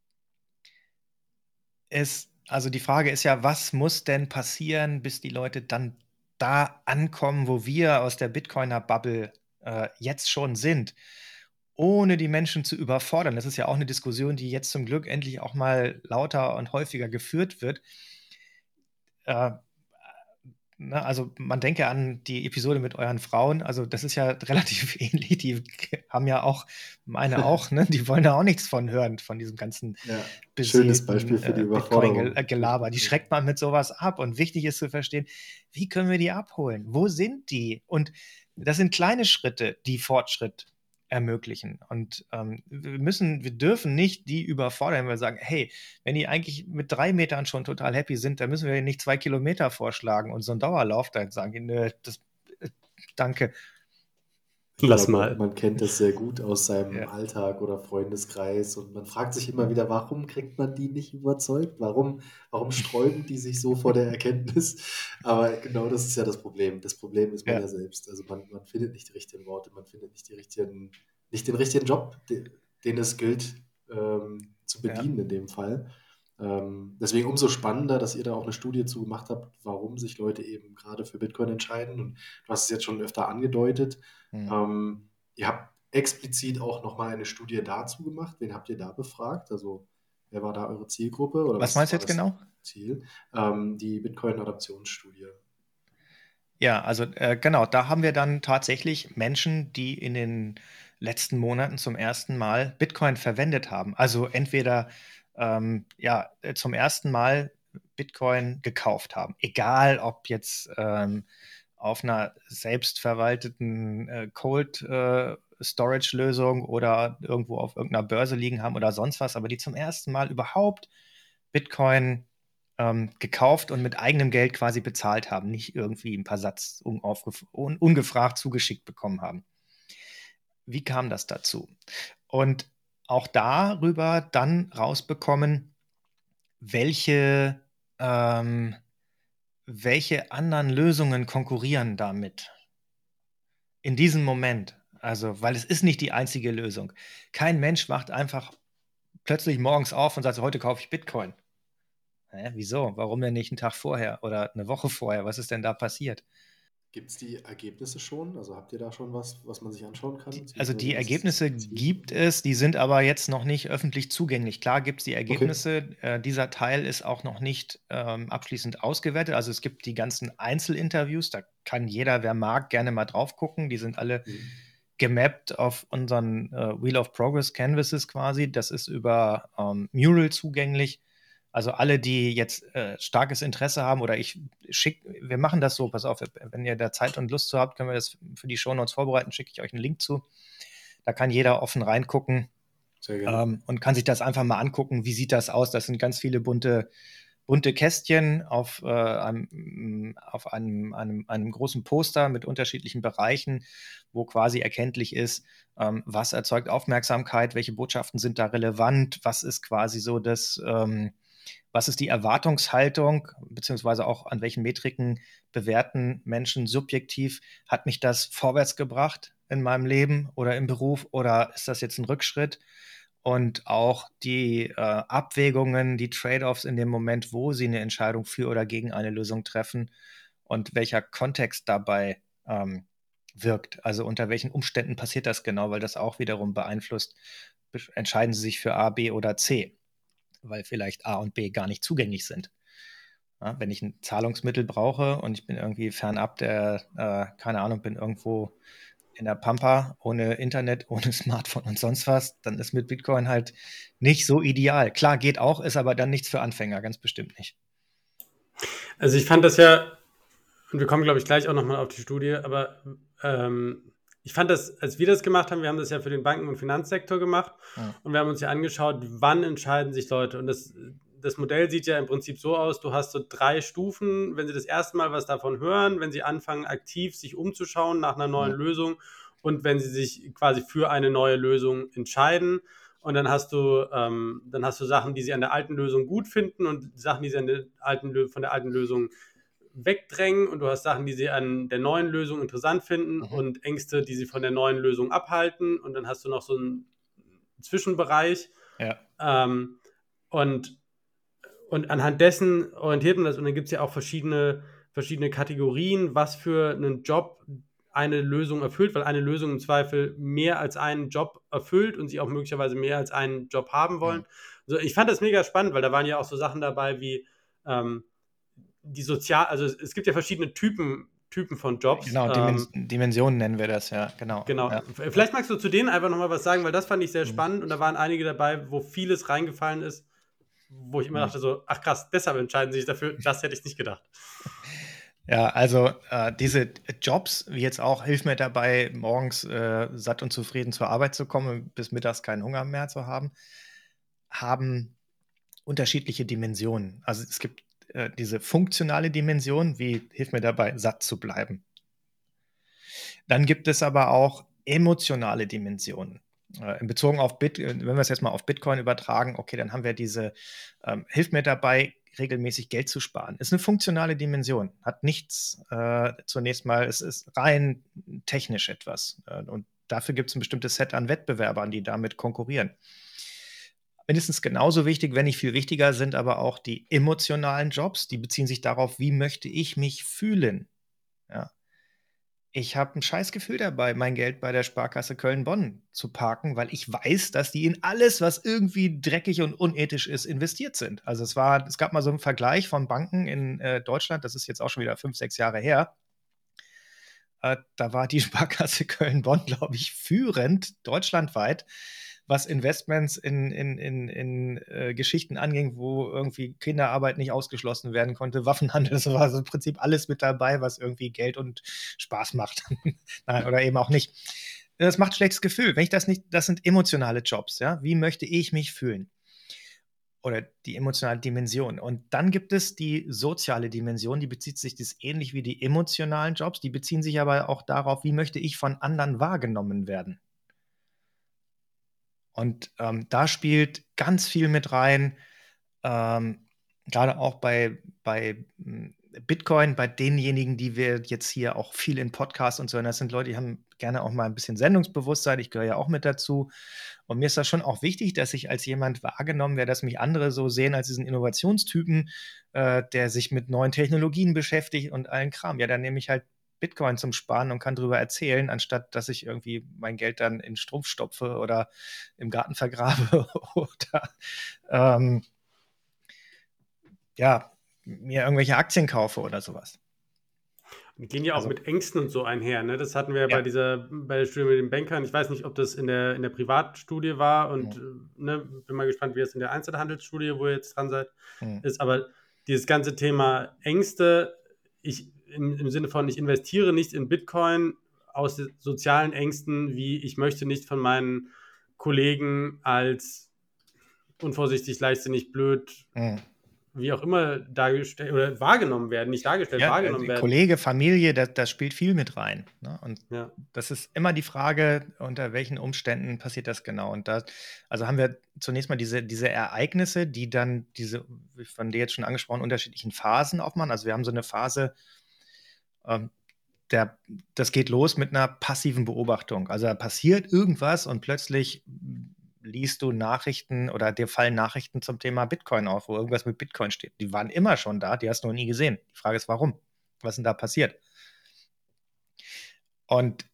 ist, also die Frage ist ja, was muss denn passieren, bis die Leute dann da ankommen, wo wir aus der Bitcoiner-Bubble jetzt schon sind, ohne die Menschen zu überfordern. Das ist ja auch eine Diskussion, die jetzt zum Glück endlich auch mal lauter und häufiger geführt wird. Also man denke an die Episode mit euren Frauen, also das ist ja relativ ähnlich, die haben ja auch, meine auch, ne? Die wollen da auch nichts von hören, von diesem ganzen schönes Beispiel für die Überforderung. Bitcoin-Gelaber. Die schreckt man mit sowas ab und wichtig ist zu verstehen, wie können wir die abholen? Wo sind die? Und das sind kleine Schritte, die Fortschritt ermöglichen. Und wir dürfen nicht die überfordern, wenn wir sagen, hey, wenn die eigentlich mit 3 Metern schon total happy sind, dann müssen wir nicht 2 Kilometer vorschlagen und so einen Dauerlauf, dann sagen die, nö, danke. Lass mal. Man kennt das sehr gut aus seinem Alltag oder Freundeskreis und man fragt sich immer wieder, warum kriegt man die nicht überzeugt? Warum sträuben die sich so vor der Erkenntnis? Aber genau das ist ja das Problem. Das Problem ist man ja selbst. Also man findet nicht die richtigen Worte, man findet nicht den richtigen Job, den es gilt zu bedienen in dem Fall. Deswegen umso spannender, dass ihr da auch eine Studie zu gemacht habt, warum sich Leute eben gerade für Bitcoin entscheiden. Und du hast es jetzt schon öfter angedeutet. Ihr habt explizit auch nochmal eine Studie dazu gemacht. Wen habt ihr da befragt? Also wer war da eure Zielgruppe? Oder was meinst du jetzt genau? Ziel? Die Bitcoin-Adaptionsstudie. Ja, also genau, da haben wir dann tatsächlich Menschen, die in den letzten Monaten zum ersten Mal Bitcoin verwendet haben. Also entweder zum ersten Mal Bitcoin gekauft haben. Egal, ob jetzt auf einer selbstverwalteten Cold Storage-Lösung oder irgendwo auf irgendeiner Börse liegen haben oder sonst was, aber die zum ersten Mal überhaupt Bitcoin gekauft und mit eigenem Geld quasi bezahlt haben, nicht irgendwie ein paar Satz ungefragt zugeschickt bekommen haben. Wie kam das dazu? Und auch darüber dann rausbekommen, welche anderen Lösungen konkurrieren damit in diesem Moment. Also, weil es ist nicht die einzige Lösung. Kein Mensch wacht einfach plötzlich morgens auf und sagt, so, heute kaufe ich Bitcoin. Wieso? Warum denn nicht einen Tag vorher oder eine Woche vorher? Was ist denn da passiert? Gibt es die Ergebnisse schon? Also habt ihr da schon was man sich anschauen kann? Also die Beziehungsweise was Ergebnisse das Ziel? gibt es, die sind aber jetzt noch nicht öffentlich zugänglich. Klar gibt es die Okay. Ergebnisse, dieser Teil ist auch noch nicht abschließend ausgewertet. Also es gibt die ganzen Einzelinterviews, da kann jeder, wer mag, gerne mal drauf gucken. Die sind alle gemappt auf unseren Wheel of Progress Canvases quasi. Das ist über Mural zugänglich. Also alle, die jetzt starkes Interesse haben oder wir machen das so, pass auf, wenn ihr da Zeit und Lust zu habt, können wir das für die Shownotes vorbereiten, schicke ich euch einen Link zu. Da kann jeder offen reingucken Sehr gerne. und kann sich das einfach mal angucken, wie sieht das aus. Das sind ganz viele bunte Kästchen auf einem großen Poster mit unterschiedlichen Bereichen, wo quasi erkenntlich ist, was erzeugt Aufmerksamkeit, welche Botschaften sind da relevant, was ist quasi so was ist die Erwartungshaltung, beziehungsweise auch an welchen Metriken bewerten Menschen subjektiv, hat mich das vorwärts gebracht in meinem Leben oder im Beruf oder ist das jetzt ein Rückschritt? Und auch die Abwägungen, die Trade-offs in dem Moment, wo sie eine Entscheidung für oder gegen eine Lösung treffen und welcher Kontext dabei wirkt. Also unter welchen Umständen passiert das genau, weil das auch wiederum beeinflusst, entscheiden sie sich für A, B oder C, weil vielleicht A und B gar nicht zugänglich sind. Ja, wenn ich ein Zahlungsmittel brauche und ich bin irgendwie fernab keine Ahnung, bin irgendwo in der Pampa, ohne Internet, ohne Smartphone und sonst was, dann ist mit Bitcoin halt nicht so ideal. Klar, geht auch, ist aber dann nichts für Anfänger, ganz bestimmt nicht. Also ich fand das ja, und wir kommen, glaube ich, gleich auch nochmal auf die Studie, aber ich fand das, als wir das gemacht haben, wir haben das ja für den Banken- und Finanzsektor gemacht und wir haben uns ja angeschaut, wann entscheiden sich Leute. Und das Modell sieht ja im Prinzip so aus, du hast so 3 Stufen, wenn sie das erste Mal was davon hören, wenn sie anfangen, aktiv sich umzuschauen nach einer neuen Lösung und wenn sie sich quasi für eine neue Lösung entscheiden. Und dann hast du Sachen, die sie an der alten Lösung gut finden und Sachen, die sie von der alten Lösung wegdrängen, und du hast Sachen, die sie an der neuen Lösung interessant finden und Ängste, die sie von der neuen Lösung abhalten, und dann hast du noch so einen Zwischenbereich. Ja. Und anhand dessen orientiert man das, und dann gibt es ja auch verschiedene Kategorien, was für einen Job eine Lösung erfüllt, weil eine Lösung im Zweifel mehr als einen Job erfüllt und sie auch möglicherweise mehr als einen Job haben wollen. Also ich fand das mega spannend, weil da waren ja auch so Sachen dabei wie also es gibt ja verschiedene Typen von Jobs. Genau, Dimensionen nennen wir das, ja, genau. Genau. Ja. Vielleicht magst du zu denen einfach nochmal was sagen, weil das fand ich sehr spannend und da waren einige dabei, wo vieles reingefallen ist, wo ich immer dachte so, ach krass, deshalb entscheiden sie sich dafür, das hätte ich nicht gedacht. Ja, also diese Jobs, wie jetzt auch, hilf mir dabei, morgens satt und zufrieden zur Arbeit zu kommen und bis mittags keinen Hunger mehr zu haben unterschiedliche Dimensionen. Also es gibt diese funktionale Dimension, wie hilf mir dabei, satt zu bleiben. Dann gibt es aber auch emotionale Dimensionen. In Bezug auf wenn wir es jetzt mal auf Bitcoin übertragen, okay, dann haben wir diese, hilft mir dabei, regelmäßig Geld zu sparen. Ist eine funktionale Dimension, hat nichts zunächst mal, es ist rein technisch etwas. Und dafür gibt es ein bestimmtes Set an Wettbewerbern, die damit konkurrieren. Mindestens genauso wichtig, wenn nicht viel wichtiger, sind aber auch die emotionalen Jobs. Die beziehen sich darauf, wie möchte ich mich fühlen. Ja. Ich habe ein scheiß Gefühl dabei, mein Geld bei der Sparkasse Köln-Bonn zu parken, weil ich weiß, dass die in alles, was irgendwie dreckig und unethisch ist, investiert sind. Also es gab mal so einen Vergleich von Banken in Deutschland, das ist jetzt auch schon wieder 5, 6 Jahre her. Da war die Sparkasse Köln-Bonn, glaube ich, führend deutschlandweit, was Investments in Geschichten anging, wo irgendwie Kinderarbeit nicht ausgeschlossen werden konnte, Waffenhandel, das war also im Prinzip alles mit dabei, was irgendwie Geld und Spaß macht. Nein, oder eben auch nicht. Das macht ein schlechtes Gefühl. Wenn ich das nicht, das sind emotionale Jobs, ja. Wie möchte ich mich fühlen? Oder die emotionale Dimension. Und dann gibt es die soziale Dimension, die bezieht sich das ähnlich wie die emotionalen Jobs, die beziehen sich aber auch darauf, wie möchte ich von anderen wahrgenommen werden. Und da spielt ganz viel mit rein, gerade auch bei Bitcoin, bei denjenigen, die wir jetzt hier auch viel in Podcasts und so, und das sind Leute, die haben gerne auch mal ein bisschen Sendungsbewusstsein, ich gehöre ja auch mit dazu. Und mir ist das schon auch wichtig, dass ich als jemand wahrgenommen werde, dass mich andere so sehen als diesen Innovationstypen, der sich mit neuen Technologien beschäftigt und allen Kram. Ja, dann nehme ich halt Bitcoin zum Sparen und kann darüber erzählen, anstatt dass ich irgendwie mein Geld dann in Strumpf stopfe oder im Garten vergrabe oder ja, mir irgendwelche Aktien kaufe oder sowas. Die gehen ja auch Also, mit Ängsten und so einher, ne? Das hatten wir ja ja. bei der Studie mit den Bankern. Ich weiß nicht, ob das in der Privatstudie war und ne, bin mal gespannt, wie es in der Einzelhandelsstudie, wo ihr jetzt dran seid, ist. Aber dieses ganze Thema Ängste, im Sinne von, ich investiere nicht in Bitcoin aus sozialen Ängsten, wie ich möchte nicht von meinen Kollegen als unvorsichtig, leichtsinnig, blöd, wie auch immer dargestellt oder wahrgenommen werden, nicht dargestellt, Ja, wahrgenommen werden. Kollege, Familie, das spielt viel mit rein. Ne? Und Ja. das ist immer die Frage, unter welchen Umständen passiert das genau. Und da, also haben wir zunächst mal diese Ereignisse, die dann diese, von dir jetzt schon angesprochen, unterschiedlichen Phasen aufmachen. Also wir haben so eine Phase, das geht los mit einer passiven Beobachtung. Also da passiert irgendwas und plötzlich liest du Nachrichten oder dir fallen Nachrichten zum Thema Bitcoin auf, wo irgendwas mit Bitcoin steht. Die waren immer schon da, die hast du noch nie gesehen. Die Frage ist, warum? Was ist denn da passiert? Und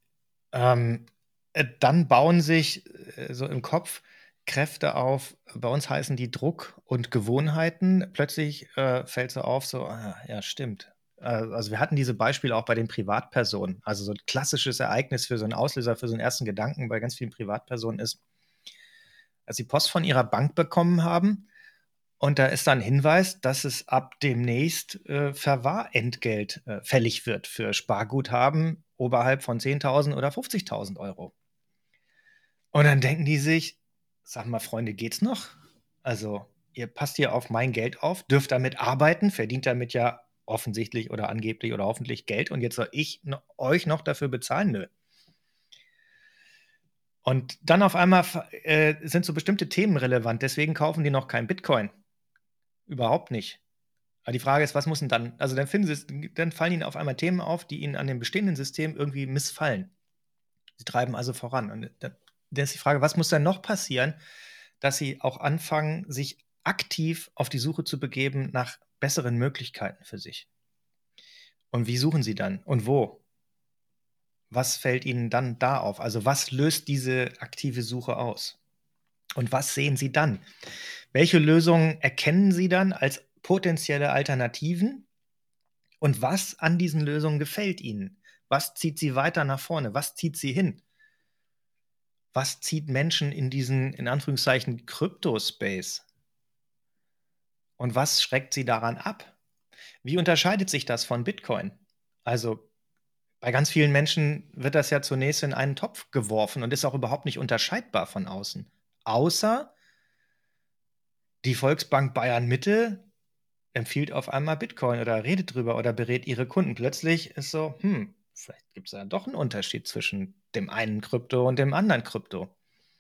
dann bauen sich so im Kopf Kräfte auf. Bei uns heißen die Druck und Gewohnheiten. Plötzlich fällt so auf, so, ja, stimmt. Also wir hatten diese Beispiele auch bei den Privatpersonen. Also so ein klassisches Ereignis für so einen Auslöser, für so einen ersten Gedanken bei ganz vielen Privatpersonen ist, als sie Post von ihrer Bank bekommen haben und da ist dann ein Hinweis, dass es ab demnächst Verwahrentgelt fällig wird für Sparguthaben oberhalb von 10.000 oder 50.000 Euro. Und dann denken die sich, sag mal, Freunde, geht's noch? Also, ihr passt hier auf mein Geld auf, dürft damit arbeiten, verdient damit ja offensichtlich oder angeblich oder hoffentlich Geld und jetzt soll ich euch noch dafür bezahlen? Nö. Und dann auf einmal sind so bestimmte Themen relevant, deswegen kaufen die noch kein Bitcoin. Überhaupt nicht. Aber die Frage ist, was muss denn dann, also dann fallen ihnen auf einmal Themen auf, die ihnen an dem bestehenden System irgendwie missfallen. Sie treiben also voran. Und da ist die Frage, was muss dann noch passieren, dass sie auch anfangen, sich aktiv auf die Suche zu begeben nach besseren Möglichkeiten für sich? Und wie suchen sie dann? Und wo? Was fällt ihnen dann da auf? Also was löst diese aktive Suche aus? Und was sehen sie dann? Welche Lösungen erkennen sie dann als potenzielle Alternativen? Und was an diesen Lösungen gefällt ihnen? Was zieht sie weiter nach vorne? Was zieht sie hin? Was zieht Menschen in diesen, in Anführungszeichen, Kryptospace? Und was schreckt sie daran ab? Wie unterscheidet sich das von Bitcoin? Also bei ganz vielen Menschen wird das ja zunächst in einen Topf geworfen und ist auch überhaupt nicht unterscheidbar von außen. Außer die Volksbank Bayern Mitte empfiehlt auf einmal Bitcoin oder redet drüber oder berät ihre Kunden. Plötzlich ist so, vielleicht gibt es ja doch einen Unterschied zwischen dem einen Krypto und dem anderen Krypto.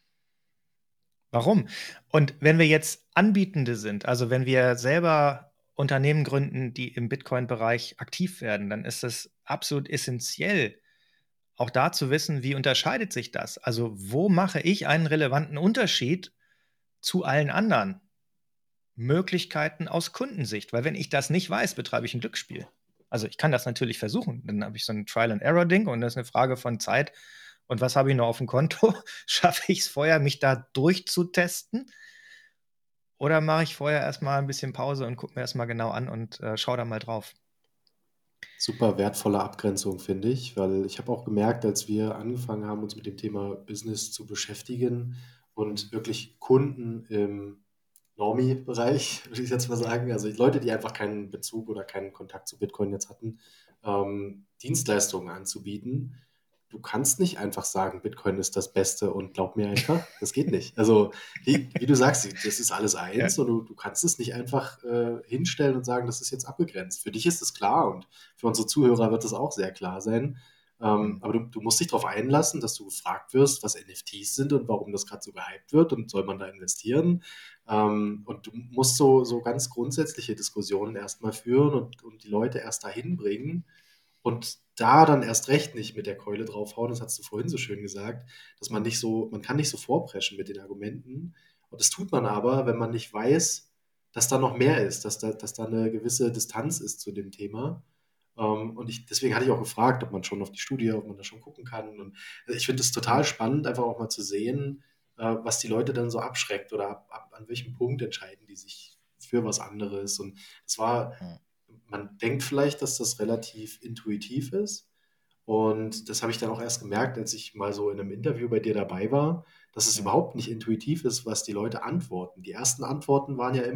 Warum? Und wenn wir jetzt Anbietende sind, also wenn wir selber Unternehmen gründen, die im Bitcoin-Bereich aktiv werden, dann ist es absolut essentiell, auch da zu wissen, wie unterscheidet sich das? Also wo mache ich einen relevanten Unterschied zu allen anderen? Möglichkeiten aus Kundensicht, weil wenn ich das nicht weiß, betreibe ich ein Glücksspiel. Also ich kann das natürlich versuchen, dann habe ich so ein Trial-and-Error-Ding und das ist eine Frage von Zeit. Und was habe ich noch auf dem Konto? Schaffe ich es vorher, mich da durchzutesten? Oder mache ich vorher erstmal ein bisschen Pause und gucke mir das mal genau an und schaue da mal drauf? Super wertvolle Abgrenzung, finde ich, weil ich habe auch gemerkt, als wir angefangen haben, uns mit dem Thema Business zu beschäftigen und wirklich Kunden im Normie-Bereich, würde ich jetzt mal sagen, also Leute, die einfach keinen Bezug oder keinen Kontakt zu Bitcoin jetzt hatten, Dienstleistungen anzubieten. Du kannst nicht einfach sagen, Bitcoin ist das Beste und glaub mir einfach. Das geht nicht. Also, wie du sagst, das ist alles Ja. eins und du kannst es nicht einfach hinstellen und sagen, das ist jetzt abgegrenzt. Für dich ist es klar und für unsere Zuhörer wird es auch sehr klar sein. Aber du musst dich darauf einlassen, dass du gefragt wirst, was NFTs sind und warum das gerade so gehypt wird und soll man da investieren. Und du musst so ganz grundsätzliche Diskussionen erstmal führen und die Leute erst dahin bringen und da dann erst recht nicht mit der Keule draufhauen, das hast du vorhin so schön gesagt, dass man kann nicht so vorpreschen mit den Argumenten. Und das tut man aber, wenn man nicht weiß, dass da noch mehr ist, dass da eine gewisse Distanz ist zu dem Thema. Deswegen hatte ich auch gefragt, ob man schon auf die Studie, ob man da schon gucken kann. Und ich finde es total spannend, einfach auch mal zu sehen, was die Leute dann so abschreckt oder an welchem Punkt entscheiden die sich für was anderes. Und es war, man denkt vielleicht, dass das relativ intuitiv ist. Und das habe ich dann auch erst gemerkt, als ich mal so in einem Interview bei dir dabei war, dass es überhaupt nicht intuitiv ist, was die Leute antworten. Die ersten Antworten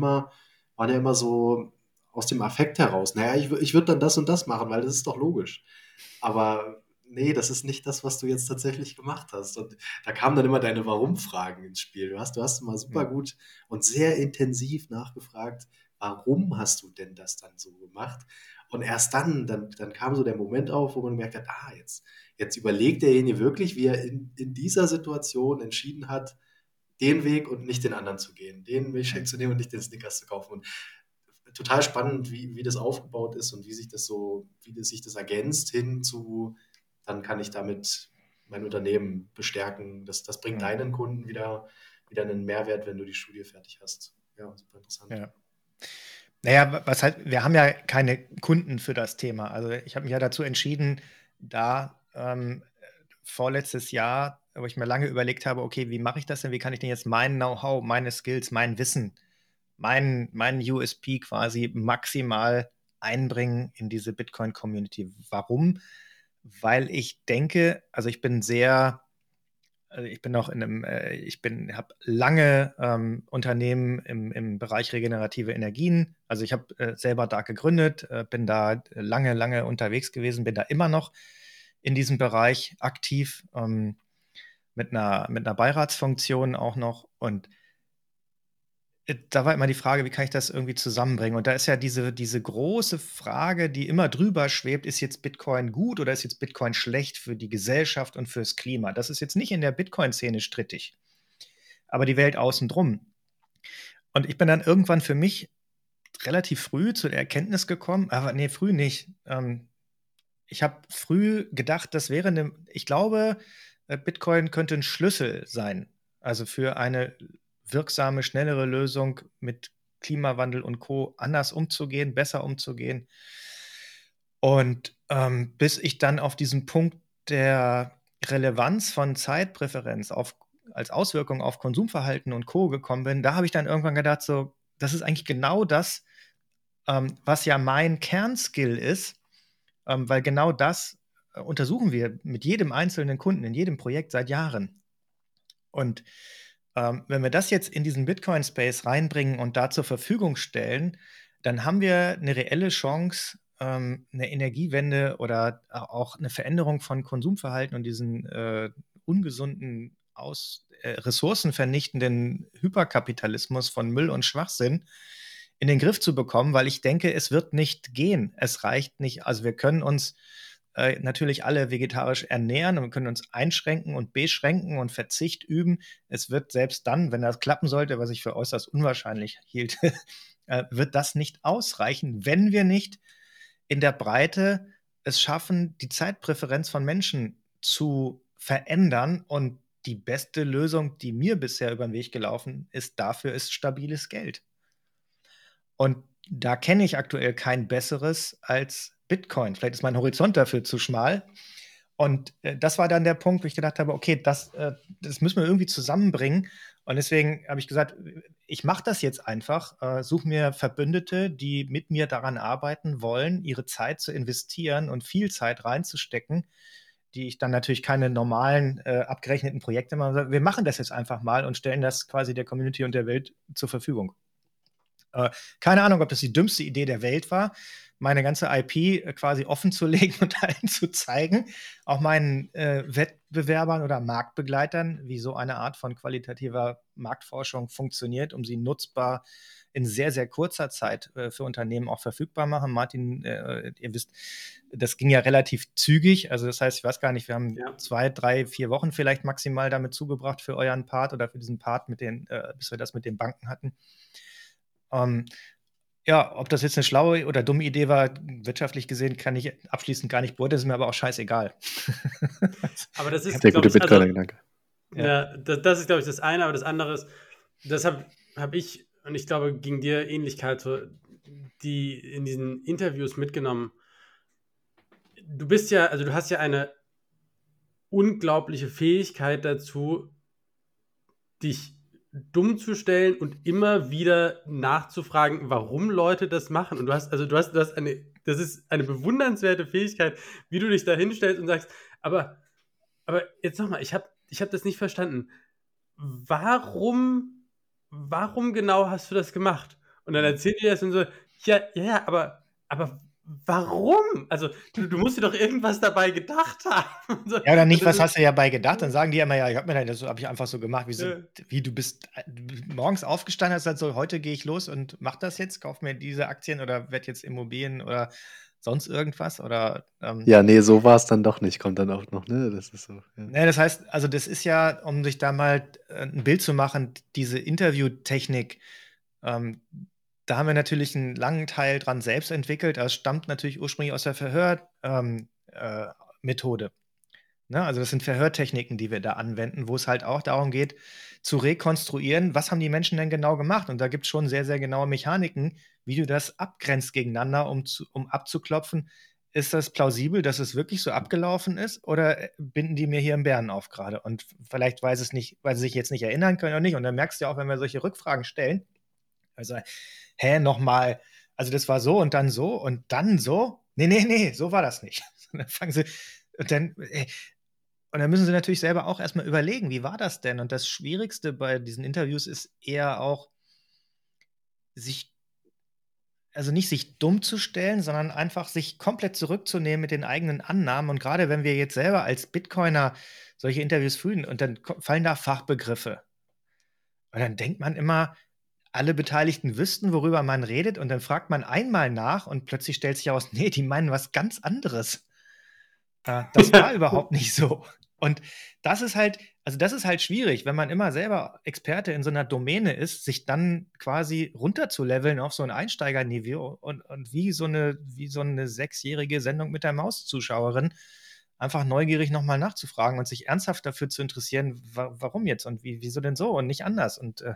waren ja immer so aus dem Affekt heraus. Naja, ich würde dann das und das machen, weil das ist doch logisch. Aber nee, das ist nicht das, was du jetzt tatsächlich gemacht hast. Und da kamen dann immer deine Warum-Fragen ins Spiel. Du hast immer super gut und sehr intensiv nachgefragt, warum hast du denn das dann so gemacht? Und erst dann kam so der Moment auf, wo man gemerkt hat, jetzt überlegt derjenige wirklich, wie er in dieser Situation entschieden hat, den Weg und nicht den anderen zu gehen, den Milchshake zu nehmen und nicht den Snickers zu kaufen. Und total spannend, wie das aufgebaut ist und wie sich das ergänzt hin zu, dann kann ich damit mein Unternehmen bestärken. Das bringt deinen Kunden wieder einen Mehrwert, wenn du die Studie fertig hast. Ja, super interessant. Ja. Naja, wir haben ja keine Kunden für das Thema. Also ich habe mich ja dazu entschieden, da vorletztes Jahr, wo ich mir lange überlegt habe, okay, wie mache ich das denn? Wie kann ich denn jetzt mein Know-how, meine Skills, mein Wissen, mein USP quasi maximal einbringen in diese Bitcoin-Community? Warum? Weil ich denke, also ich bin noch habe lange Unternehmen im Bereich regenerative Energien. Also ich habe selber da gegründet, bin da lange unterwegs gewesen, bin da immer noch in diesem Bereich aktiv, mit einer Beiratsfunktion auch noch. Und da war immer die Frage, wie kann ich das irgendwie zusammenbringen? Und da ist ja diese große Frage, die immer drüber schwebt, ist jetzt Bitcoin gut oder ist jetzt Bitcoin schlecht für die Gesellschaft und fürs Klima? Das ist jetzt nicht in der Bitcoin-Szene strittig, aber die Welt außen drum. Und ich bin dann irgendwann für mich relativ früh zu der Erkenntnis gekommen, aber nee, früh nicht. Ich habe früh gedacht, ich glaube, Bitcoin könnte ein Schlüssel sein, also für eine wirksame, schnellere Lösung mit Klimawandel und Co. anders umzugehen, besser umzugehen. Und bis ich dann auf diesen Punkt der Relevanz von Zeitpräferenz als Auswirkung auf Konsumverhalten und Co. gekommen bin, da habe ich dann irgendwann gedacht, so, das ist eigentlich genau das, was ja mein Kernskill ist, weil genau das untersuchen wir mit jedem einzelnen Kunden in jedem Projekt seit Jahren. Und wenn wir das jetzt in diesen Bitcoin-Space reinbringen und da zur Verfügung stellen, dann haben wir eine reelle Chance, eine Energiewende oder auch eine Veränderung von Konsumverhalten und diesen ungesunden, ressourcenvernichtenden Hyperkapitalismus von Müll und Schwachsinn in den Griff zu bekommen, weil ich denke, es wird nicht gehen. Es reicht nicht. Also wir können uns natürlich alle vegetarisch ernähren und wir können uns einschränken und beschränken und Verzicht üben. Es wird selbst dann, wenn das klappen sollte, was ich für äußerst unwahrscheinlich hielt, wird das nicht ausreichen, wenn wir nicht in der Breite es schaffen, die Zeitpräferenz von Menschen zu verändern. Und die beste Lösung, die mir bisher über den Weg gelaufen ist, dafür ist stabiles Geld. Und da kenne ich aktuell kein besseres als Bitcoin. Vielleicht ist mein Horizont dafür zu schmal. Und das war dann der Punkt, wo ich gedacht habe, okay, das müssen wir irgendwie zusammenbringen. Und deswegen habe ich gesagt, ich mache das jetzt einfach, suche mir Verbündete, die mit mir daran arbeiten wollen, ihre Zeit zu investieren und viel Zeit reinzustecken, die ich dann natürlich keine normalen abgerechneten Projekte mache, sondern wir machen das jetzt einfach mal und stellen das quasi der Community und der Welt zur Verfügung. Keine Ahnung, ob das die dümmste Idee der Welt war, meine ganze IP quasi offen zu legen und allen zu zeigen, auch meinen Wettbewerbern oder Marktbegleitern, wie so eine Art von qualitativer Marktforschung funktioniert, um sie nutzbar in sehr, sehr kurzer Zeit für Unternehmen auch verfügbar machen. Martin, ihr wisst, das ging ja relativ zügig. Also das heißt, ich weiß gar nicht, wir haben 2, 3, 4 Wochen vielleicht maximal damit zugebracht für euren Part oder für diesen Part, bis wir das mit den Banken hatten. Ja, ob das jetzt eine schlaue oder dumme Idee war, wirtschaftlich gesehen, kann ich abschließend gar nicht beurteilen, ist mir aber auch scheißegal. Aber das ist, der gute Bitcoiner-Gedanke. Ja, das ist, glaube ich, das eine, aber das andere ist, deshalb habe ich, und ich glaube, ging dir Ähnlichkeit, so, die in diesen Interviews mitgenommen. Du hast ja eine unglaubliche Fähigkeit dazu, dich dumm zu stellen und immer wieder nachzufragen, warum Leute das machen. Und das ist eine bewundernswerte Fähigkeit, wie du dich da hinstellst und sagst, aber jetzt nochmal, ich hab das nicht verstanden. Warum genau hast du das gemacht? Und dann erzählt ihr das und so, ja, aber warum? Also, du musst dir doch irgendwas dabei gedacht haben. So, ja, oder nicht, was hast du dabei gedacht? Dann sagen die immer, ja, das habe ich einfach so gemacht. Wie du bist morgens aufgestanden, hast gesagt, so, heute gehe ich los und mach das jetzt, kauf mir diese Aktien oder werd jetzt Immobilien oder sonst irgendwas? Oder, ja, nee, so war es dann doch nicht, kommt dann auch noch, ne? Das ist so. Ja. Nee, das heißt, also das ist ja, um sich da mal ein Bild zu machen, diese Interviewtechnik, da haben wir natürlich einen langen Teil dran selbst entwickelt. Das stammt natürlich ursprünglich aus der Verhörmethode. Ne? Also das sind Verhörtechniken, die wir da anwenden, wo es halt auch darum geht, zu rekonstruieren, was haben die Menschen denn genau gemacht. Und da gibt es schon sehr, sehr genaue Mechaniken, wie du das abgrenzt gegeneinander, um abzuklopfen, ist das plausibel, dass es wirklich so abgelaufen ist, oder binden die mir hier einen Bären auf gerade? Und vielleicht weiß es nicht, weil sie sich jetzt nicht erinnern können oder nicht. Und dann merkst du ja auch, wenn wir solche Rückfragen stellen, also, nochmal, also das war so und dann so und dann so? Nee, so war das nicht. Und dann fangen sie, und dann müssen sie natürlich selber auch erstmal überlegen, wie war das denn? Und das Schwierigste bei diesen Interviews ist eher auch, nicht sich dumm zu stellen, sondern einfach sich komplett zurückzunehmen mit den eigenen Annahmen. Und gerade wenn wir jetzt selber als Bitcoiner solche Interviews führen und dann fallen da Fachbegriffe. Und dann denkt man immer, alle Beteiligten wüssten, worüber man redet, und dann fragt man einmal nach und plötzlich stellt sich heraus, nee, die meinen was ganz anderes. Das war überhaupt nicht so. Und das ist halt schwierig, wenn man immer selber Experte in so einer Domäne ist, sich dann quasi runterzuleveln auf so ein Einsteigerniveau und wie so eine 6-jährige Sendung mit der Mauszuschauerin einfach neugierig nochmal nachzufragen und sich ernsthaft dafür zu interessieren, warum jetzt und wieso denn so und nicht anders. Und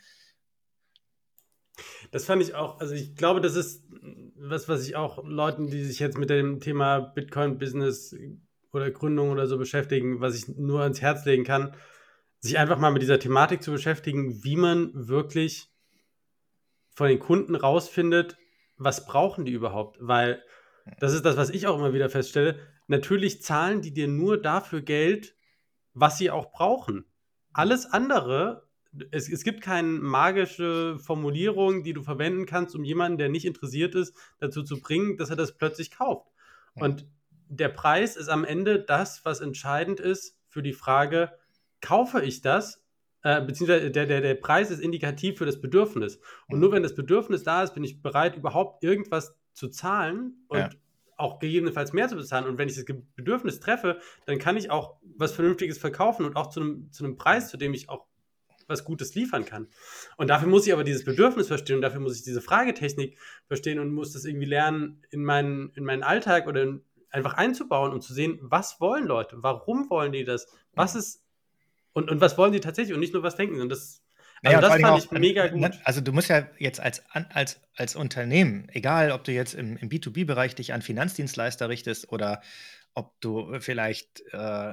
Das fand ich auch, also ich glaube, das ist was ich auch Leuten, die sich jetzt mit dem Thema Bitcoin-Business oder Gründung oder so beschäftigen, was ich nur ans Herz legen kann, sich einfach mal mit dieser Thematik zu beschäftigen, wie man wirklich von den Kunden rausfindet, was brauchen die überhaupt? Weil das ist das, was ich auch immer wieder feststelle. Natürlich zahlen die dir nur dafür Geld, was sie auch brauchen. Alles andere, es gibt keine magische Formulierung, die du verwenden kannst, um jemanden, der nicht interessiert ist, dazu zu bringen, dass er das plötzlich kauft. Und der Preis ist am Ende das, was entscheidend ist für die Frage, kaufe ich das? Beziehungsweise der Preis ist indikativ für das Bedürfnis. Und nur wenn das Bedürfnis da ist, bin ich bereit, überhaupt irgendwas zu zahlen und auch gegebenenfalls mehr zu bezahlen. Und wenn ich das Bedürfnis treffe, dann kann ich auch was Vernünftiges verkaufen und auch zu einem Preis, zu dem ich auch was Gutes liefern kann. Und dafür muss ich aber dieses Bedürfnis verstehen und dafür muss ich diese Fragetechnik verstehen und muss das irgendwie lernen, in meinen Alltag oder einfach einzubauen und zu sehen, was wollen Leute, warum wollen die das, was ist und was wollen die tatsächlich und nicht nur was denken. Und das fand ich mega gut. Also du musst ja jetzt als Unternehmen, egal ob du jetzt im B2B-Bereich dich an Finanzdienstleister richtest oder ob du vielleicht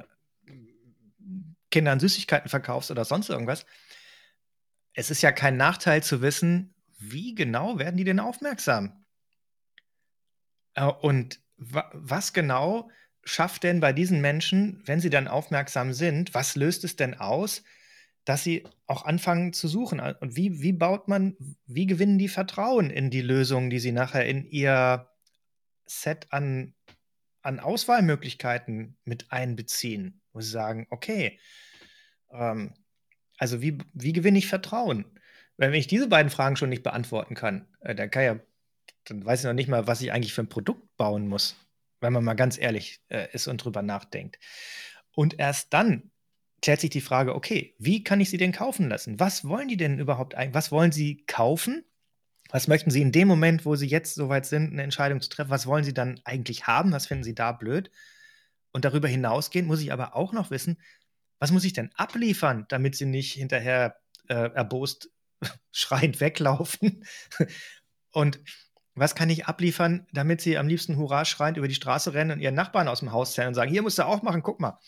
Kindern Süßigkeiten verkaufst oder sonst irgendwas, es ist ja kein Nachteil zu wissen, wie genau werden die denn aufmerksam? Und was genau schafft denn bei diesen Menschen, wenn sie dann aufmerksam sind, was löst es denn aus, dass sie auch anfangen zu suchen? Und wie gewinnen die Vertrauen in die Lösungen, die sie nachher in ihr Set an Auswahlmöglichkeiten mit einbeziehen? Wo sie sagen, okay, ähm, also wie gewinne ich Vertrauen? Wenn ich diese beiden Fragen schon nicht beantworten kann, dann weiß ich noch nicht mal, was ich eigentlich für ein Produkt bauen muss, wenn man mal ganz ehrlich ist und drüber nachdenkt. Und erst dann klärt sich die Frage, okay, wie kann ich sie denn kaufen lassen? Was wollen die denn überhaupt eigentlich? Was wollen sie kaufen? Was möchten sie in dem Moment, wo sie jetzt soweit sind, eine Entscheidung zu treffen? Was wollen sie dann eigentlich haben? Was finden sie da blöd? Und darüber hinausgehend muss ich aber auch noch wissen, was muss ich denn abliefern, damit sie nicht hinterher erbost schreiend weglaufen? Und was kann ich abliefern, damit sie am liebsten Hurra schreiend über die Straße rennen und ihren Nachbarn aus dem Haus zählen und sagen, hier musst du auch machen, guck mal.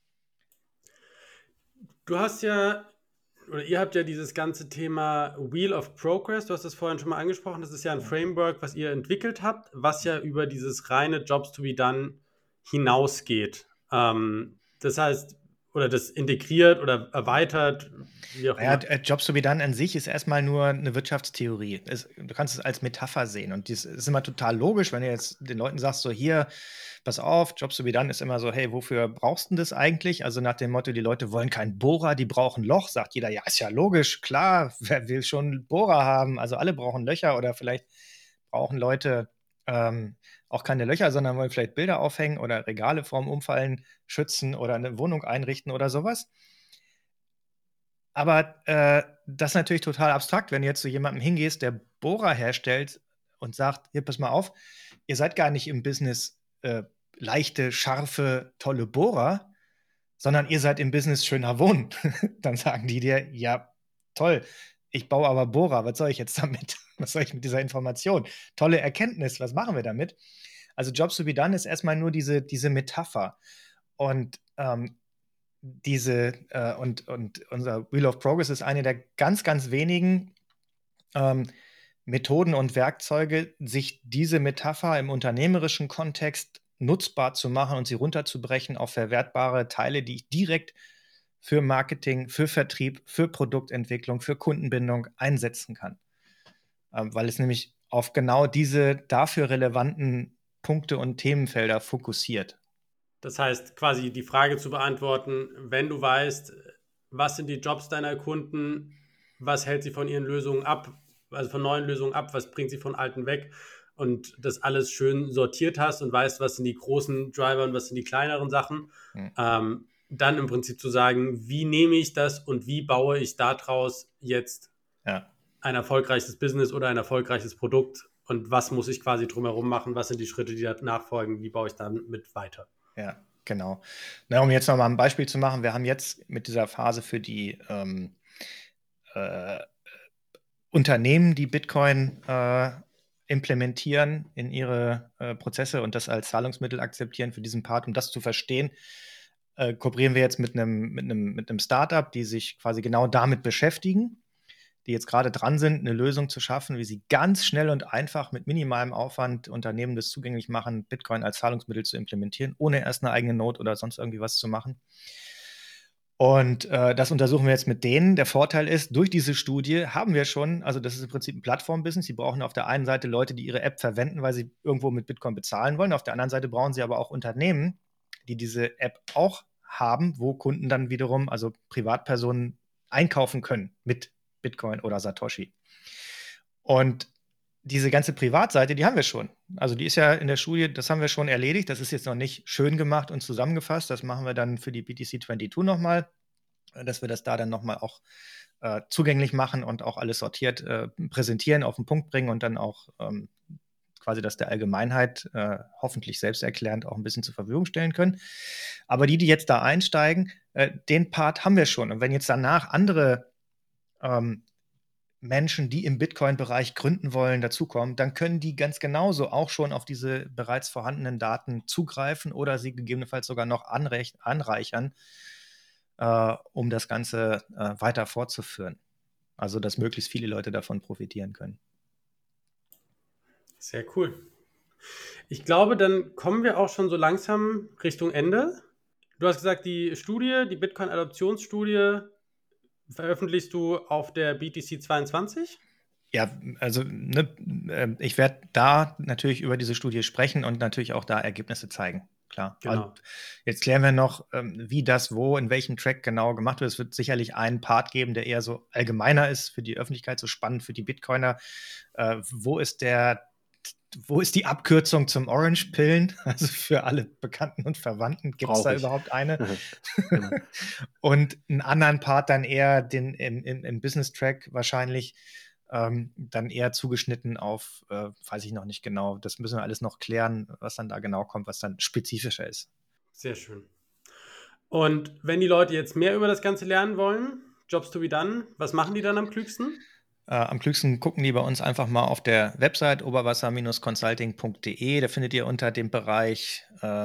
Du hast ja, oder ihr habt ja dieses ganze Thema Wheel of Progress, du hast das vorhin schon mal angesprochen, das ist ja ein Framework, was ihr entwickelt habt, was ja über dieses reine Jobs to be done hinausgeht. Das heißt, oder das integriert oder erweitert, wie auch immer. Jobs to be done an sich ist erstmal nur eine Wirtschaftstheorie. Du kannst es als Metapher sehen. Und das ist immer total logisch, wenn du jetzt den Leuten sagst, so hier, pass auf, Jobs to be done ist immer so, hey, wofür brauchst du das eigentlich? Also nach dem Motto, die Leute wollen keinen Bohrer, die brauchen Loch. Sagt jeder, ja, ist ja logisch, klar, wer will schon Bohrer haben? Also alle brauchen Löcher oder vielleicht brauchen Leute auch keine Löcher, sondern wollen vielleicht Bilder aufhängen oder Regale vorm Umfallen schützen oder eine Wohnung einrichten oder sowas. Aber das ist natürlich total abstrakt, wenn du jetzt zu jemandem hingehst, der Bohrer herstellt und sagt, hier, pass mal auf, ihr seid gar nicht im Business leichte, scharfe, tolle Bohrer, sondern ihr seid im Business schöner Wohnen. Dann sagen die dir, ja, toll, ich baue aber Bohrer, was soll ich jetzt damit? Was soll ich mit dieser Information? Tolle Erkenntnis, was machen wir damit? Also Jobs to be done ist erstmal nur diese Metapher. Und unser Wheel of Progress ist eine der ganz, ganz wenigen Methoden und Werkzeuge, sich diese Metapher im unternehmerischen Kontext nutzbar zu machen und sie runterzubrechen auf verwertbare Teile, die ich direkt für Marketing, für Vertrieb, für Produktentwicklung, für Kundenbindung einsetzen kann. Weil es nämlich auf genau diese dafür relevanten Punkte und Themenfelder fokussiert. Das heißt, quasi die Frage zu beantworten, wenn du weißt, was sind die Jobs deiner Kunden, was hält sie von ihren Lösungen ab, also von neuen Lösungen ab, was bringt sie von alten weg und das alles schön sortiert hast und weißt, was sind die großen Driver und was sind die kleineren Sachen, dann im Prinzip zu sagen, wie nehme ich das und wie baue ich daraus jetzt ein erfolgreiches Business oder ein erfolgreiches Produkt und was muss ich quasi drumherum machen, was sind die Schritte, die danach folgen, wie baue ich damit weiter. Ja, genau. Na, um jetzt nochmal ein Beispiel zu machen, wir haben jetzt mit dieser Phase für die Unternehmen, die Bitcoin implementieren in ihre Prozesse und das als Zahlungsmittel akzeptieren für diesen Part, um das zu verstehen, kooperieren wir jetzt mit einem Startup, die sich quasi genau damit beschäftigen, die jetzt gerade dran sind, eine Lösung zu schaffen, wie sie ganz schnell und einfach mit minimalem Aufwand Unternehmen das zugänglich machen, Bitcoin als Zahlungsmittel zu implementieren, ohne erst eine eigene Node oder sonst irgendwie was zu machen. Und das untersuchen wir jetzt mit denen. Der Vorteil ist, durch diese Studie haben wir schon, also das ist im Prinzip ein Plattform-Business. Sie brauchen auf der einen Seite Leute, die ihre App verwenden, weil sie irgendwo mit Bitcoin bezahlen wollen. Auf der anderen Seite brauchen sie aber auch Unternehmen, die diese App auch haben, wo Kunden dann wiederum, also Privatpersonen, einkaufen können mit Bitcoin oder Satoshi. Und diese ganze Privatseite, die haben wir schon. Also die ist ja in der Studie, das haben wir schon erledigt. Das ist jetzt noch nicht schön gemacht und zusammengefasst. Das machen wir dann für die BTC 22 nochmal, dass wir das da dann nochmal auch zugänglich machen und auch alles sortiert präsentieren, auf den Punkt bringen und dann auch quasi das der Allgemeinheit hoffentlich selbsterklärend auch ein bisschen zur Verfügung stellen können. Aber die jetzt da einsteigen, den Part haben wir schon. Und wenn jetzt danach andere Menschen, die im Bitcoin-Bereich gründen wollen, dazukommen, dann können die ganz genauso auch schon auf diese bereits vorhandenen Daten zugreifen oder sie gegebenenfalls sogar noch anreichern, um das Ganze weiter fortzuführen. Also, dass möglichst viele Leute davon profitieren können. Sehr cool. Ich glaube, dann kommen wir auch schon so langsam Richtung Ende. Du hast gesagt, die Bitcoin-Adoptionsstudie veröffentlichst du auf der BTC 22? Ja, also ich werde da natürlich über diese Studie sprechen und natürlich auch da Ergebnisse zeigen. Klar. Genau. Und jetzt klären wir noch, wie das wo, in welchem Track genau gemacht wird. Es wird sicherlich einen Part geben, der eher so allgemeiner ist für die Öffentlichkeit, so spannend für die Bitcoiner. Wo ist die Abkürzung zum Orange-Pillen? Also für alle Bekannten und Verwandten, gibt es Brauch da ich. überhaupt eine? Genau. Und einen anderen Part dann eher im Business-Track wahrscheinlich dann eher zugeschnitten auf, weiß ich noch nicht genau. Das müssen wir alles noch klären, was dann da genau kommt, was dann spezifischer ist. Sehr schön. Und wenn die Leute jetzt mehr über das Ganze lernen wollen, Jobs to be done, was machen die dann am klügsten? Am klügsten gucken die bei uns einfach mal auf der Website oberwasser-consulting.de. Da findet ihr unter dem Bereich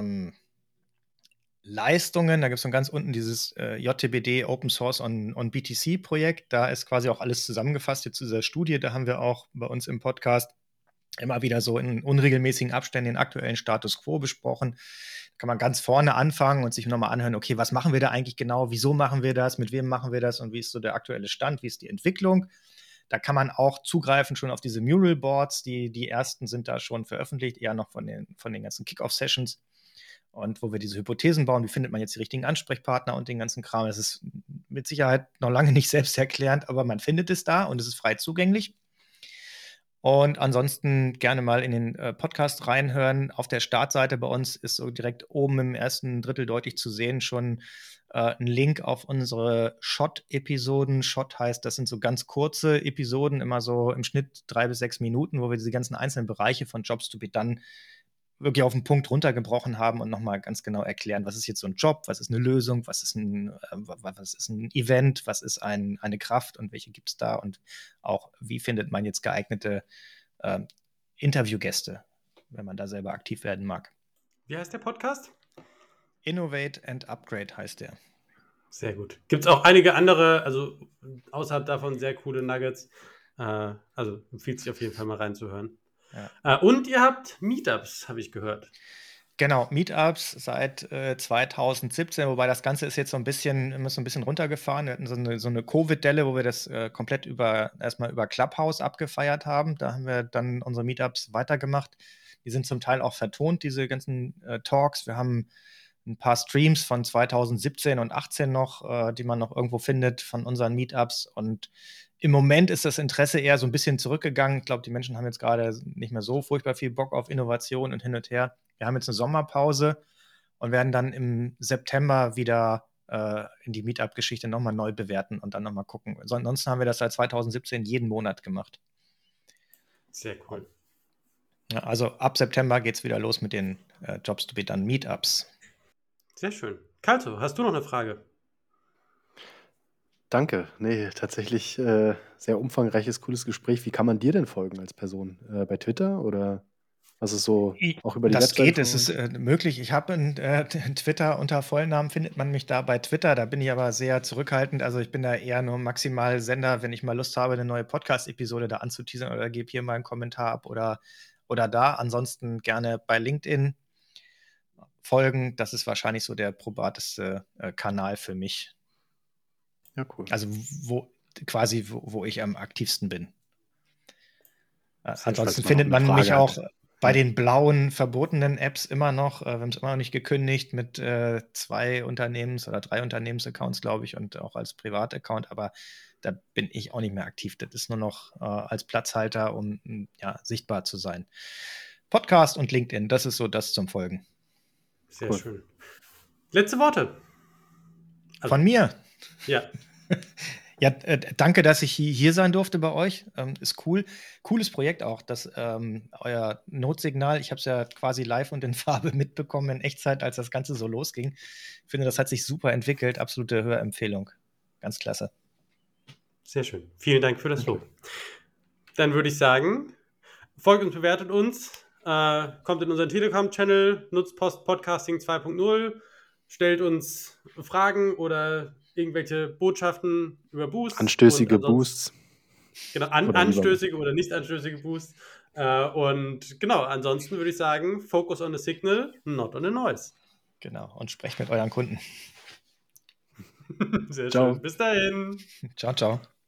Leistungen, da gibt es dann ganz unten dieses JTBD Open Source on BTC Projekt. Da ist quasi auch alles zusammengefasst jetzt zu dieser Studie. Da haben wir auch bei uns im Podcast immer wieder so in unregelmäßigen Abständen den aktuellen Status quo besprochen. Da kann man ganz vorne anfangen und sich nochmal anhören, okay, was machen wir da eigentlich genau? Wieso machen wir das? Mit wem machen wir das? Und wie ist so der aktuelle Stand? Wie ist die Entwicklung? Da kann man auch zugreifen schon auf diese Mural Boards. Die ersten sind da schon veröffentlicht, eher noch von den ganzen Kickoff-Sessions. Und wo wir diese Hypothesen bauen, wie findet man jetzt die richtigen Ansprechpartner und den ganzen Kram. Das ist mit Sicherheit noch lange nicht selbsterklärend, aber man findet es da und es ist frei zugänglich. Und ansonsten gerne mal in den Podcast reinhören. Auf der Startseite bei uns ist so direkt oben im ersten Drittel deutlich zu sehen schon ein Link auf unsere Shot-Episoden. Shot heißt, das sind so ganz kurze Episoden, immer so im Schnitt 3 bis 6 Minuten, wo wir diese ganzen einzelnen Bereiche von Jobs to be done wirklich auf den Punkt runtergebrochen haben und nochmal ganz genau erklären, was ist jetzt so ein Job, was ist eine Lösung, was ist ein Event, was ist eine Kraft und welche gibt es da und auch, wie findet man jetzt geeignete Interviewgäste, wenn man da selber aktiv werden mag. Wie heißt der Podcast? Innovate and Upgrade heißt der. Sehr gut. Gibt es auch einige andere, also außerhalb davon sehr coole Nuggets. Also empfiehlt sich auf jeden Fall mal reinzuhören. Ja. Und ihr habt Meetups, habe ich gehört. Genau, Meetups seit 2017, wobei das Ganze ist jetzt so ein bisschen runtergefahren. Wir hatten so eine Covid-Delle, wo wir das komplett erstmal über Clubhouse abgefeiert haben. Da haben wir dann unsere Meetups weitergemacht. Die sind zum Teil auch vertont, diese ganzen Talks. Wir haben ein paar Streams von 2017 und 2018 noch, die man noch irgendwo findet von unseren Meetups. Und im Moment ist das Interesse eher so ein bisschen zurückgegangen. Ich glaube, die Menschen haben jetzt gerade nicht mehr so furchtbar viel Bock auf Innovation und hin und her. Wir haben jetzt eine Sommerpause und werden dann im September wieder in die Meetup-Geschichte nochmal neu bewerten und dann nochmal gucken. Ansonsten haben wir das seit 2017 jeden Monat gemacht. Sehr cool. Ja, also ab September geht es wieder los mit den Jobs to be done Meetups. Sehr schön. Kalto, hast du noch eine Frage? Danke. Nee, tatsächlich sehr umfangreiches, cooles Gespräch. Wie kann man dir denn folgen als Person? Bei Twitter oder was ist so auch über die Das Website? geht, es ist möglich. Ich habe einen Twitter unter Vollnamen, findet man mich da bei Twitter. Da bin ich aber sehr zurückhaltend. Also ich bin da eher nur maximal Sender, wenn ich mal Lust habe, eine neue Podcast-Episode da anzuteasern oder gebe hier mal einen Kommentar ab oder da. Ansonsten gerne bei LinkedIn folgen. Das ist wahrscheinlich so der probateste Kanal für mich. Ja, cool. Also wo ich am aktivsten bin. Ansonsten findet man mich auch bei den blauen verbotenen Apps immer noch. Wir haben es immer noch nicht gekündigt mit 2 Unternehmens- oder 3 Unternehmensaccounts, glaube ich, und auch als Privataccount. Aber da bin ich auch nicht mehr aktiv. Das ist nur noch als Platzhalter, um sichtbar zu sein. Podcast und LinkedIn, das ist so das zum Folgen. Sehr schön. Letzte Worte. Also, von mir? Ja. Ja, danke, dass ich hier sein durfte bei euch. Ist cool. Cooles Projekt auch, das euer Notsignal, ich habe es ja quasi live und in Farbe mitbekommen in Echtzeit, als das Ganze so losging. Ich finde, das hat sich super entwickelt. Absolute Hörempfehlung. Ganz klasse. Sehr schön. Vielen Dank für das Lob. Dann würde ich sagen, folgt uns, bewertet uns, kommt in unseren Telegram-Channel, nutzt Podcasting 2.0, stellt uns Fragen oder irgendwelche Botschaften über Boosts. Anstößige Boosts. Genau, anstößige oder nicht anstößige Boosts. Und genau, ansonsten würde ich sagen, focus on the signal, not on the noise. Genau, und sprecht mit euren Kunden. Sehr Ciao. schön. Bis dahin. Ciao, ciao.